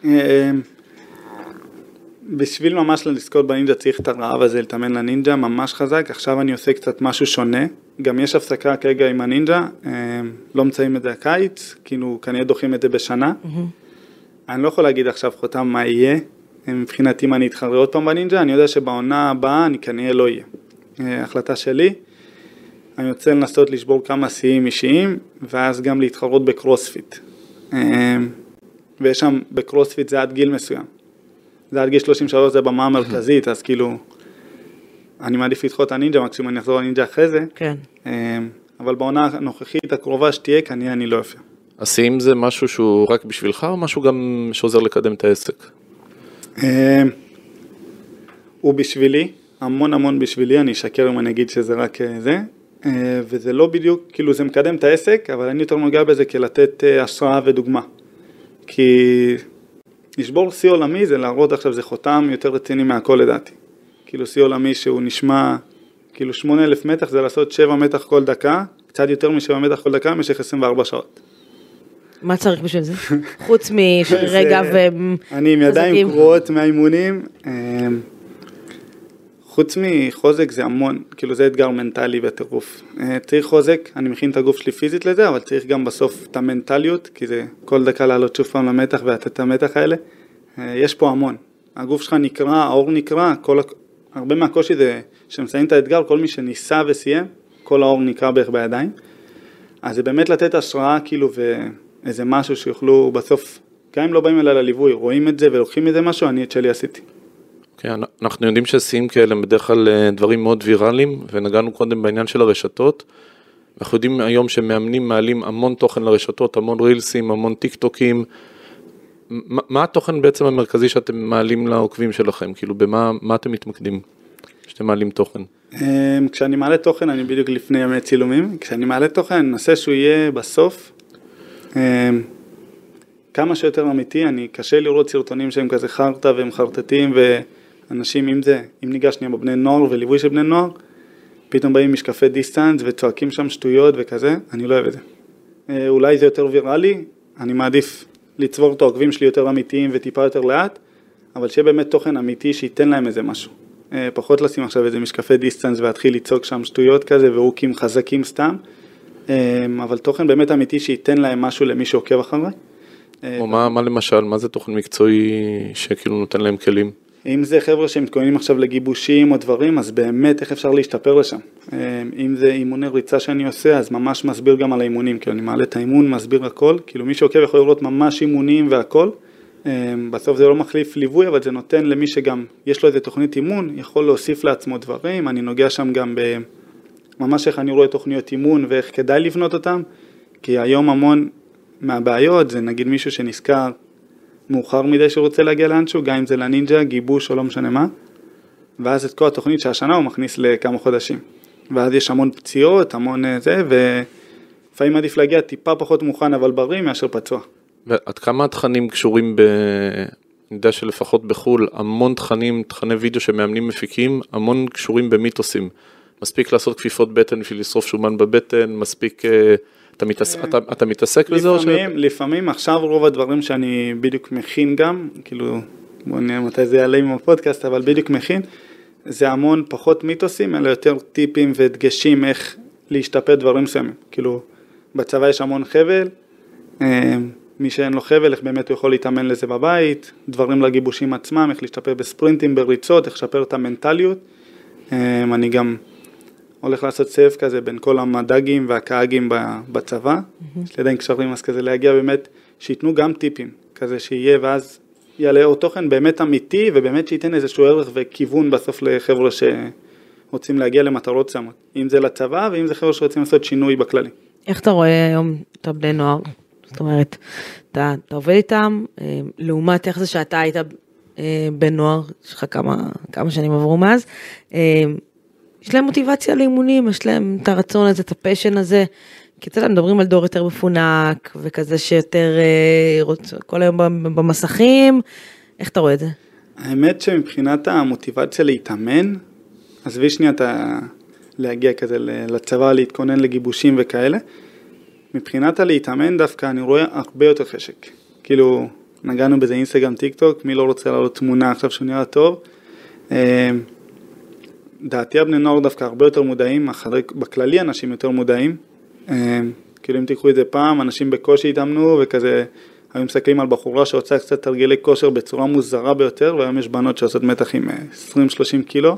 D: בשביל ממש לזכות בנינג'ה צריך את הרעב הזה, לתאמן לנינג'ה ממש חזק. עכשיו אני עושה קצת משהו שונה. גם יש הפסקה כרגע עם הנינג'ה, לא מצאים את זה הקיץ, כאילו כנראה דוחים את זה בשנה. אני לא יכול להגיד עכשיו חותם מה יהיה, מבחינתי אם אני אתחרה עוד פעם בנינג'ה, אני יודע שבעונה הבאה אני כנראה לא יהיה. החלטה שלי, אני רוצה לנסות לשבור כמה שיאים אישיים, ואז גם להתחרות בקרוספיט. ויש שם בקרוספיט זה עד גיל מסוים. זה עד גיל שלושים ושלוש, זה במה המרכזית, אז כאילו, אני מעדיף לדחות את הנינג'ה, מקסימום אני אחזור לנינג'ה אחרי זה.
B: כן.
D: אבל בעונה הנוכחית הקרובה שתהיה, כנראה אני לא יפה.
C: השיאים זה משהו שהוא רק בשבילך, או משהו גם שעוזר לקדם את העסק?
D: הוא בשבילי, המון המון בשבילי, אני אשקר אם אני אגיד שזה רק זה, וזה לא בדיוק, כאילו זה מקדם את העסק, אבל אני יותר נוגע בזה כלתת השראה ודוגמה. כי לשבור שיא עולמי זה להראות עכשיו, זה חותם יותר רציני מהכל לדעתי. כאילו שיא עולמי שהוא נשמע, כאילו שמונה אלף מתח זה לעשות שבע מתח כל דקה, קצת יותר משבע מתח כל דקה, במשך עשרים וארבע שעות.
B: מה צריך בשביל זה? חוץ משרירי גב וחזקים.
D: אני עם ידיים קרועות מהאימונים, חוץ מחוזק זה המון, כאילו זה אתגר מנטלי וטירוף. צריך חוזק, אני מכין את הגוף שלי פיזית לזה, אבל צריך גם בסוף את המנטליות, כי זה כל דקה לעלות שוב פעם למתח ולתת את המתח האלה. יש פה המון. הגוף שלך נקרא, האור נקרא, כל, הרבה מהקושי זה שמסיים את האתגר, כל מי שניסה וסיים, כל האור נקרא בערך בידיים. אז זה באמת לתת השראה כאילו ואיזה משהו שיוכלו בסוף, גם אם לא באים אליי לליווי, רואים את זה ולוקחים את זה משהו, אני את שלי עשיתי.
C: כן, אנחנו יודעים ששיאים כאלה הם בדרך כלל דברים מאוד ויראליים, ונגענו קודם בעניין של הרשתות. אנחנו יודעים היום שמאמנים מעלים המון תוכן לרשתות, המון רילסים, המון טיק טוקים. מה, מה התוכן בעצם המרכזי שאתם מעלים לעוקבים שלכם? כאילו, במה מה אתם מתמקדים כשאתם מעלים תוכן?
D: כשאני מעלה תוכן, אני בדיוק לפני ימי צילומים. כשאני מעלה תוכן, אני אנסה שהוא יהיה בסוף. כמה שיותר אמיתי, אני קשה לראות סרטונים שהם כזה חרטה והם חרטטים ואנשים עם זה, אם ניגש שנייה בבני נוער וליווי של בני נוער, פתאום באים משקפי דיסטנס וצועקים שם שטויות וכזה, אני לא אוהב את זה. אולי זה יותר ויראלי, אני מעדיף לצבור את העוקבים שלי יותר אמיתיים וטיפה יותר לאט, אבל שיהיה באמת תוכן אמיתי שייתן להם איזה משהו. פחות לשים עכשיו איזה משקפי דיסטנס והתחיל לצעוק שם שטויות כזה והוקים חזקים סתם, אבל תוכן באמת אמיתי שייתן להם משהו למי שעוקב אחריי.
C: או מה, מה למשל, מה זה תוכן מקצועי שכאילו נותן להם כלים?
D: אם זה חבר'ה שמתכוננים עכשיו לגיבושים או דברים, אז באמת איך אפשר להשתפר לשם. אם זה אימוני ריצה שאני עושה, אז ממש מסביר גם על האימונים, כאילו אני מעלה את האימון, מסביר הכל, כאילו מי שעוקב יכול לראות ממש אימונים והכל. בסוף זה לא מחליף ליווי, אבל זה נותן למי שגם יש לו איזה תוכנית אימון, יכול להוסיף לעצמו דברים, אני נוגע שם גם בממש איך אני רואה תוכניות אימון ואיך כדאי לבנות אותם, כי היום המון מהבעיות זה נגיד מישהו שנזכר מאוחר מדי שרוצה להגיע לאנשהו, גם אם זה לנינג'ה, גיבוש או לא משנה מה, ואז את כל התוכנית שהשנה הוא מכניס לכמה חודשים. ואז יש המון פציעות, המון זה, ולפעמים עדיף להגיע טיפה פחות מוכן אבל בריא מאשר פצוע.
C: ועד כמה התכנים קשורים ב... אני יודע שלפחות בחול, המון תכנים, תכני וידאו שמאמנים מפיקים, המון קשורים במיתוסים. מספיק לעשות כפיפות בטן בשביל לשרוף שומן בבטן, מספיק... אתה, מתעס... אתה, אתה מתעסק בזה או ש...
D: לפעמים, לפעמים, עכשיו רוב הדברים שאני בדיוק מכין גם, כאילו, בוא נראה מתי זה יעלה עם הפודקאסט, אבל בדיוק מכין, זה המון פחות מיתוסים, אלא יותר טיפים ודגשים איך להשתפר דברים מסוימים. כאילו, בצבא יש המון חבל, מי שאין לו חבל, איך באמת הוא יכול להתאמן לזה בבית, דברים לגיבושים עצמם, איך להשתפר בספרינטים, בריצות, איך לשפר את המנטליות. אני גם הולך לעשות סבב כזה בין כל המדגים והקאגים בצבא, יש לי עדיין קשרים, אז כזה להגיע באמת, שיתנו גם טיפים, כזה שיהיה, ואז יעלה עוד תוכן באמת אמיתי, ובאמת שייתן איזשהו ערך וכיוון בסוף לחבר'ה שרוצים להגיע למטרות שמות, אם זה לצבא, ואם זה חבר'ה שרוצים לעשות שינוי בכללי.
B: איך אתה רואה היום את בני נוער? זאת אומרת, אתה, אתה עובד איתם, לעומת איך זה שאתה היית בן נוער, יש לך כמה, כמה שנים עברו מאז, יש להם מוטיבציה לאימונים, יש להם את הרצון הזה, את הפשן הזה, כי אצלנו מדברים על דור יותר מפונק, וכזה שיותר רוצ, כל היום במסכים, איך אתה רואה את זה?
D: האמת שמבחינת המוטיבציה להתאמן, עזבי שנייה אתה להגיע כזה לצבא, להתכונן לגיבושים וכאלה, מבחינת הלהתאמן דווקא אני רואה הרבה יותר חשק, כאילו נגענו בזה אינסטגרם, טיק טוק, מי לא רוצה לעלות תמונה עכשיו שהוא נראה טוב, דעתי הבני נוער דווקא הרבה יותר מודעים, בכללי אנשים יותר מודעים, כאילו אם תיקחו את זה פעם, אנשים בקושי התאמנו וכזה, היו מסתכלים על בחורה שעושה קצת תרגילי כושר בצורה מוזרה ביותר, והיום יש בנות שעושות מתח עם עשרים שלושים קילו,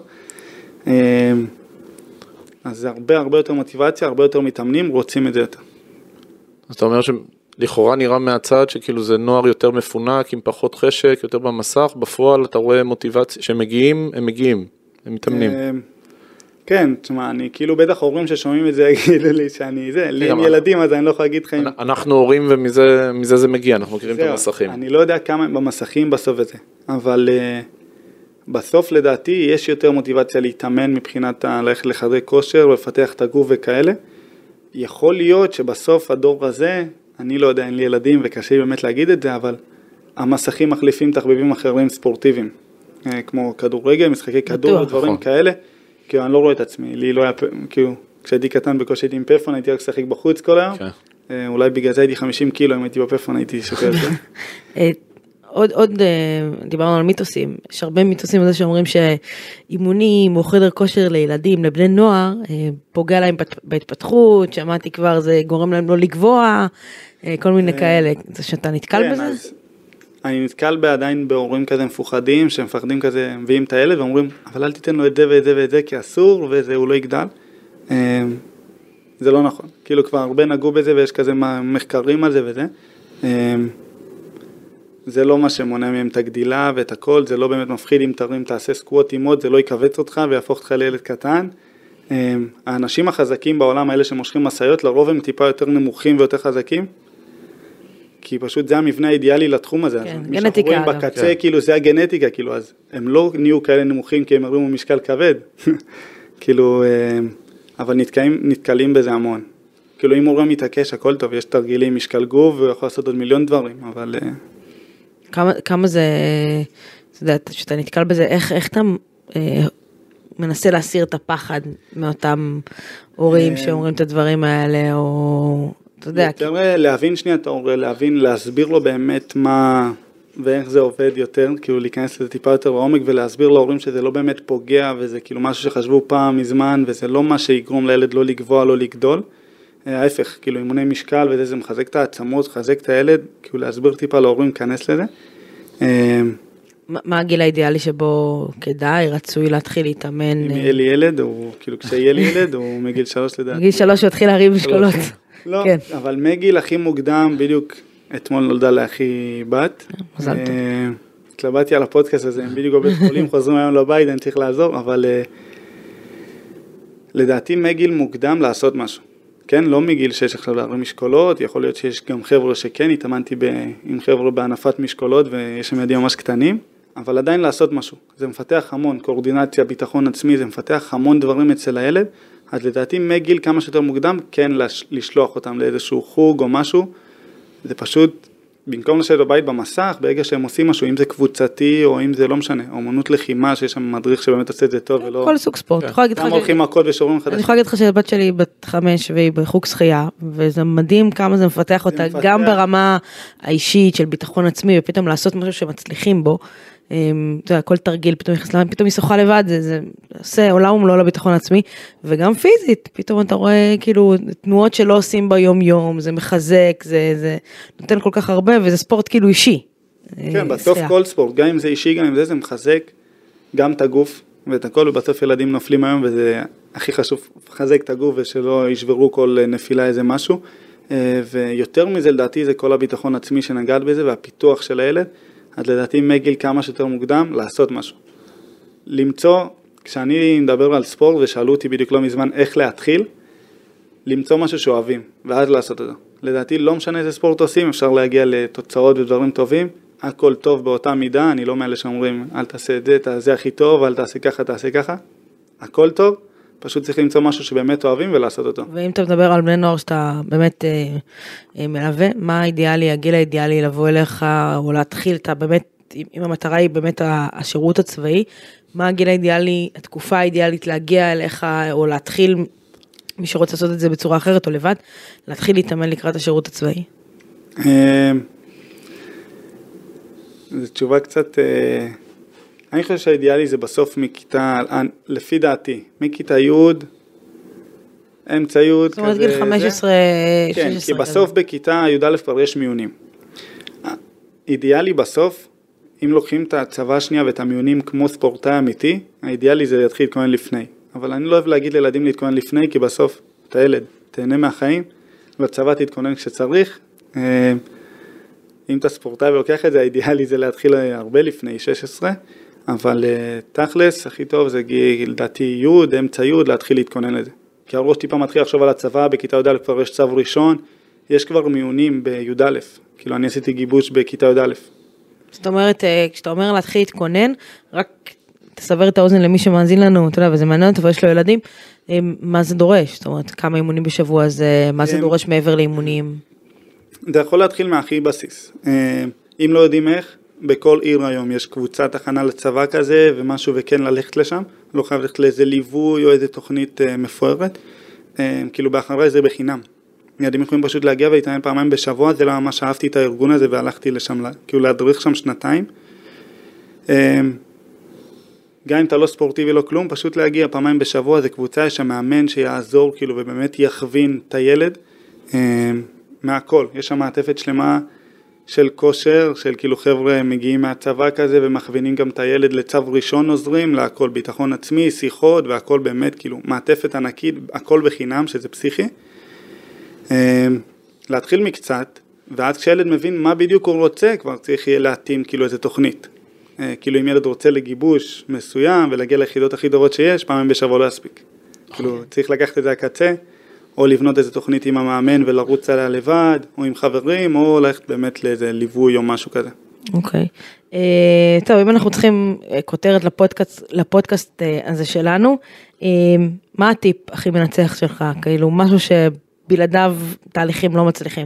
D: אז זה הרבה הרבה יותר מוטיבציה, הרבה יותר מתאמנים, רוצים את זה יותר.
C: אז אתה אומר שלכאורה נראה מהצד שכאילו זה נוער יותר מפונק, עם פחות חשק, יותר במסך, בפועל אתה רואה מוטיבציה, שהם מגיעים, הם מגיעים, הם מתאמנים.
D: כן, תשמע, אני כאילו בטח הורים ששומעים את זה יגידו לי שאני זה, לי עם ילדים אז אני לא יכול להגיד לך.
C: אנחנו הורים ומזה זה מגיע, אנחנו מכירים את המסכים.
D: אני לא יודע כמה הם במסכים בסוף את זה, אבל בסוף לדעתי יש יותר מוטיבציה להתאמן מבחינת ללכת לחדרי כושר ולפתח את הגוף וכאלה. יכול להיות שבסוף הדור הזה, אני לא יודע, אין לי ילדים וקשה באמת להגיד את זה, אבל המסכים מחליפים תחביבים אחרים ספורטיביים, כמו כדורגל, משחקי כדור ודברים כאלה, כאילו אני לא רואה את עצמי, לי לא היה, כאילו כשהייתי קטן בקושי הייתי עם פפון, הייתי רק לשחק בחוץ כל היום, אולי בגלל זה הייתי חמישים קילו, אם הייתי בפפון הייתי שוקל את זה.
B: עוד, עוד דיברנו על מיתוסים, יש הרבה מיתוסים על זה שאומרים שאימונים או חדר כושר לילדים, לבני נוער, פוגע להם בהתפתחות, שמעתי כבר זה גורם להם לא לגבוה, כל מיני כאלה, זה שאתה נתקל בזה?
D: אני נתקל בעדיין בהורים כזה מפוחדים, שמפחדים כזה, מביאים את הילד ואומרים, אבל אל תיתן לו את זה ואת זה ואת זה, כי אסור וזה הוא לא יגדל. זה לא נכון, כאילו כבר הרבה נגעו בזה ויש כזה מחקרים על זה וזה. זה לא מה שמונע מהם את הגדילה ואת הכל, זה לא באמת מפחיד אם תרים, תעשה סקווט עם עוד, זה לא יקווץ אותך ויהפוך אותך לילד קטן. האנשים החזקים בעולם האלה שמושכים מסעיות, לרוב הם טיפה יותר נמוכים ויותר חזקים, כי פשוט זה המבנה האידיאלי לתחום הזה.
B: כן, גנטיקה.
D: מי שאנחנו רואים בקצה, כן. כאילו זה הגנטיקה, כאילו, אז הם לא נהיו כאלה נמוכים, כי הם הרימו משקל כבד. כאילו, אבל נתקעים, נתקלים בזה המון. כאילו, אם הורה מתעקש, הכל טוב, יש תרגילים, משקל גוף, והוא יכול לעשות עוד מיליון דברים, אבל...
B: כמה, כמה זה, אתה יודע, שאתה נתקל בזה, איך, איך אתה אה, מנסה להסיר את הפחד מאותם הורים שאומרים את הדברים האלה, או... אתה יודע,
D: יותר כי... להבין שנייה את ההורה, להבין, להסביר לו באמת מה ואיך זה עובד יותר, כאילו להיכנס לזה טיפה יותר בעומק ולהסביר להורים שזה לא באמת פוגע וזה כאילו משהו שחשבו פעם מזמן וזה לא מה שיגרום לילד לא לגבוה, לא לגדול. ההפך, כאילו אימוני משקל וזה, זה מחזק את העצמות, מחזק את הילד, כאילו להסביר טיפה להורים להיכנס לזה.
B: מה הגיל האידיאלי שבו כדאי, רצוי להתחיל להתאמן?
D: אם יהיה לי ילד, או כאילו כשיהיה לי ילד, או מגיל שלוש לדעתי.
B: מגיל שלוש הוא התחיל להרים משקולות.
D: לא, כן. אבל מגיל הכי מוקדם, בדיוק אתמול נולדה לאחי בת.
B: מזל טוב.
D: התלבטתי על הפודקאסט הזה, הם בדיוק בבית חולים, חוזרים היום לבית, אני צריך לעזור, אבל לדעתי מגיל מוקדם לעשות משהו. כן, לא מגיל שיש עכשיו להרים משקולות, יכול להיות שיש גם חבר'ה שכן, התאמנתי עם חבר'ה בענפת משקולות, ויש שם ידים ממש קטנים, אבל עדיין לעשות משהו. זה מפתח המון, קואורדינציה, ביטחון עצמי, זה מפתח המון דברים אצל הילד, אז לדעתי מגיל כמה שיותר מוקדם, כן לשלוח אותם לאיזשהו חוג או משהו, זה פשוט, במקום לשבת בבית במסך, ברגע שהם עושים משהו, אם זה קבוצתי או אם זה לא משנה, אומנות לחימה, שיש שם מדריך שבאמת עושה את זה טוב ולא...
B: כל סוג ספורט.
D: גם הולכים מכות ושוברים חדשים.
B: אני יכולה להגיד לך שהבת שלי בת חמש והיא בחוג שחייה, וזה מדהים כמה זה מפתח אותה, גם ברמה האישית של ביטחון עצמי, ופתאום לעשות משהו שמצליחים בו, אתה יודע, כל תרגיל, פתאום נכנס להם, פתאום היא שוחה לבד, זה, זה עושה עולם ומלואו לביטחון עצמי, וגם פיזית, פתאום אתה רואה כאילו תנועות שלא עושים ביום יום, זה מחזק, זה, זה נותן כל כך הרבה, וזה ספורט כאילו אישי.
D: כן, בסוף כל ספורט, גם אם זה אישי, גם אם זה, זה מחזק גם את הגוף, ואת הכל, ובסוף ילדים נופלים היום, וזה הכי חשוב, חזק את הגוף, ושלא ישברו כל נפילה איזה משהו, ויותר מזה לדעתי זה כל הביטחון עצמי שנגעת בזה, והפיתוח של הילד, אז לדעתי מגיל כמה שיותר מוקדם, לעשות משהו. למצוא, כשאני מדבר על ספורט, ושאלו אותי בדיוק לא מזמן איך להתחיל, למצוא משהו שאוהבים, ואז לעשות את זה. לדעתי לא משנה איזה ספורט עושים, אפשר להגיע לתוצאות ודברים טובים, הכל טוב באותה מידה, אני לא מאלה שאומרים, אל תעשה את זה, תעשה הכי טוב, אל תעשה ככה, תעשה ככה. הכל טוב, פשוט צריך למצוא משהו שבאמת אוהבים ולעשות אותו.
B: ואם אתה מדבר על בני נוער שאתה באמת אה, אה, מלווה, מה האידיאלי, הגיל האידיאלי לבוא אליך, או להתחיל, אתה באמת, אם המטרה היא באמת השירות הצבאי, מה הגיל האידיאלי, התקופה האידיאלית להגיע אליך, או להתחיל, מי שרוצה לעשות את זה בצורה אחרת או לבד, להתחיל להתאמן לקראת השירות הצבאי?
D: זו תשובה קצת, אני חושב שהאידיאלי זה בסוף מכיתה, לפי דעתי, מכיתה י', אמצע י',
B: זאת אומרת גיל חמש עשרה, שש עשרה.
D: כן, כי בסוף בכיתה י' א' כבר יש מיונים. אידיאלי בסוף, אם לוקחים את הצבא השנייה ואת המיונים כמו ספורטאי אמיתי, האידיאלי זה להתחיל להתכונן לפני. אבל אני לא אוהב להגיד לילדים להתכונן לפני, כי בסוף אתה ילד, תהנה מהחיים, והצבא תתכונן כשצריך. אם אתה ספורטאי ולוקח את זה, האידיאלי זה להתחיל הרבה לפני שש עשרה, אבל תכלס, הכי טוב זה גיל דעתי י', אמצע י', להתחיל להתכונן לזה. כי הראש טיפה מתחיל לחשוב על הצבא, בכיתה י' א' כבר יש צו ראשון, יש כבר מיונים בי' א', כאילו אני עשיתי גיבוש בכיתה י' א'.
B: זאת אומרת, כשאתה אומר להתחיל להתכונן, רק תסבר את האוזן למי שמאזין לנו, אתה יודע, וזה מעניין, אבל יש לו ילדים, מה זה דורש? זאת אומרת, כמה אימונים בשבוע זה, מה זה דורש מעבר לאימונים?
D: זה יכול להתחיל מהכי בסיס. אם לא יודעים איך, בכל עיר היום יש קבוצת הכנה לצבא כזה, ומשהו וכן ללכת לשם, לא חייב ללכת לאיזה ליווי או איזה תוכנית מפוארת, כאילו באחרי זה בחינם. ילדים יכולים פשוט להגיע ולהתאמן פעמיים בשבוע, זה לא ממש אהבתי את הארגון הזה והלכתי לשם, כאילו להדריך שם שנתיים. גם אם אתה לא ספורטיבי לא כלום, פשוט להגיע פעמיים בשבוע, זה קבוצה, יש שם מאמן שיעזור כאילו ובאמת יכווין את הילד מהכל. יש שם מעטפת שלמה של כושר, של כאילו חבר'ה מגיעים מהצבא כזה ומכווינים גם את הילד לצו ראשון עוזרים, להכל ביטחון עצמי, שיחות והכל באמת כאילו מעטפת ענקית, הכל בחינם שזה פסיכי. להתחיל מקצת, ואז כשילד מבין מה בדיוק הוא רוצה, כבר צריך יהיה להתאים כאילו איזה תוכנית. כאילו אם ילד רוצה לגיבוש מסוים ולהגיע ליחידות הכי טובות שיש, פעמים בשבוע לא יספיק. כאילו צריך לקחת את זה הקצה, או לבנות איזה תוכנית עם המאמן ולרוץ עליה לבד, או עם חברים, או ללכת באמת לאיזה ליווי או משהו כזה.
B: אוקיי. טוב, אם אנחנו צריכים כותרת לפודקאסט הזה שלנו, מה הטיפ הכי מנצח שלך? כאילו משהו שבלעדיו תהליכים לא מצליחים.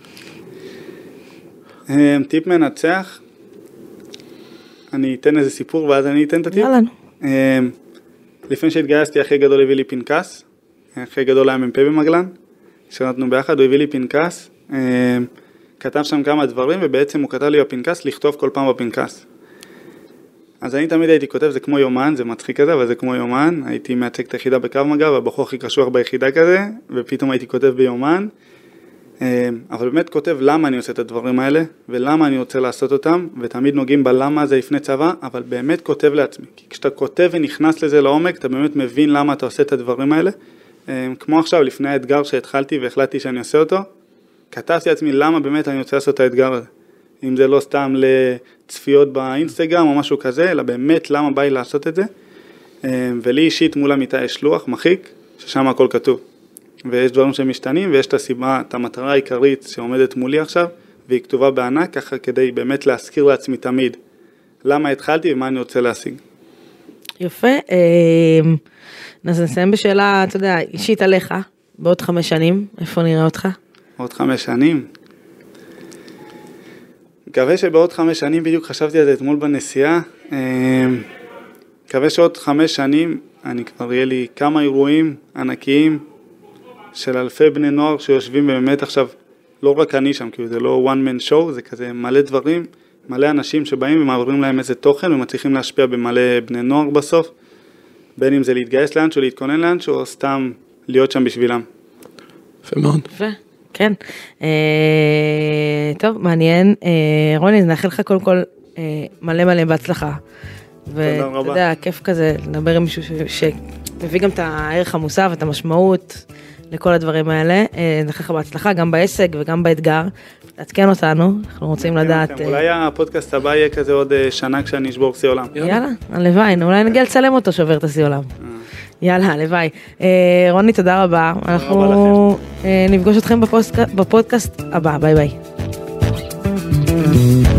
D: טיפ מנצח, אני אתן איזה סיפור ואז אני אתן את הטיפ.
B: יאללה.
D: לפני שהתגייסתי, הכי גדול הביא לי פנקס, הכי גדול היה מ"פ במגלן, כשנתנו ביחד, הוא הביא לי פנקס, כתב שם כמה דברים, ובעצם הוא כתב לי בפנקס, לכתוב כל פעם בפנקס. אז אני תמיד הייתי כותב, זה כמו יומן, זה מצחיק כזה, אבל זה כמו יומן, הייתי מייצג את היחידה בקו מגע, והבחור הכי קשוח ביחידה כזה, ופתאום הייתי כותב ביומן, אבל באמת כותב למה אני עושה את הדברים האלה, ולמה אני רוצה לעשות אותם, ותמיד נוגעים בלמה זה לפני צבא, אבל באמת כותב לעצמי. כי כשאתה כותב ונכנס לזה לעומק, אתה באמת מבין למה אתה עושה את הדברים האלה. כמו עכשיו, לפני האתגר שהתחלתי והחלטתי שאני עושה אותו, כתבתי לעצמי למה באמת אני רוצה לעשות את האתגר הזה. אם זה לא סתם לצפיות באינסטגרם או משהו כזה, אלא באמת למה בא לי לעשות את זה. ולי אישית מול המיטה יש לוח מחיק, ששם הכל כתוב. ויש דברים שמשתנים, ויש את הסיבה, את המטרה העיקרית שעומדת מולי עכשיו, והיא כתובה בענק, ככה כדי באמת להזכיר לעצמי תמיד למה התחלתי ומה אני רוצה להשיג.
B: יפה. אז נסיים בשאלה, אתה יודע, אישית עליך, בעוד חמש שנים, איפה נראה אותך?
D: בעוד חמש שנים? מקווה שבעוד חמש שנים, בדיוק חשבתי על זה אתמול בנסיעה, מקווה שעוד חמש שנים, אני כבר יהיה לי כמה אירועים ענקיים, של אלפי בני נוער שיושבים באמת עכשיו, לא רק אני שם, כי זה לא one man show, זה כזה מלא דברים, מלא אנשים שבאים ומעבירים להם איזה תוכן, ומצליחים להשפיע במלא בני נוער בסוף, בין אם זה להתגייס לאנשהו, להתכונן לאנשהו, או סתם להיות שם בשבילם.
C: יפה מאוד.
B: יפה, כן. טוב, מעניין. רוני, אז נאחל לך קודם כל מלא מלא בהצלחה ואתה יודע, כיף כזה לדבר עם מישהו שמביא גם את הערך המוסף ואת המשמעות לכל הדברים האלה. נאחל לך בהצלחה גם בעסק וגם באתגר. תעדכן אותנו, אנחנו רוצים לדעת.
D: אולי הפודקאסט הבא יהיה כזה עוד שנה כשאני אשבור שיא עולם.
B: יאללה, הלוואי, אולי נגיע לצלם אותו שובר את השיא עולם. יאללה, הלוואי. רוני, תודה רבה. אנחנו נפגוש אתכם בפודקאסט הבא. ביי ביי.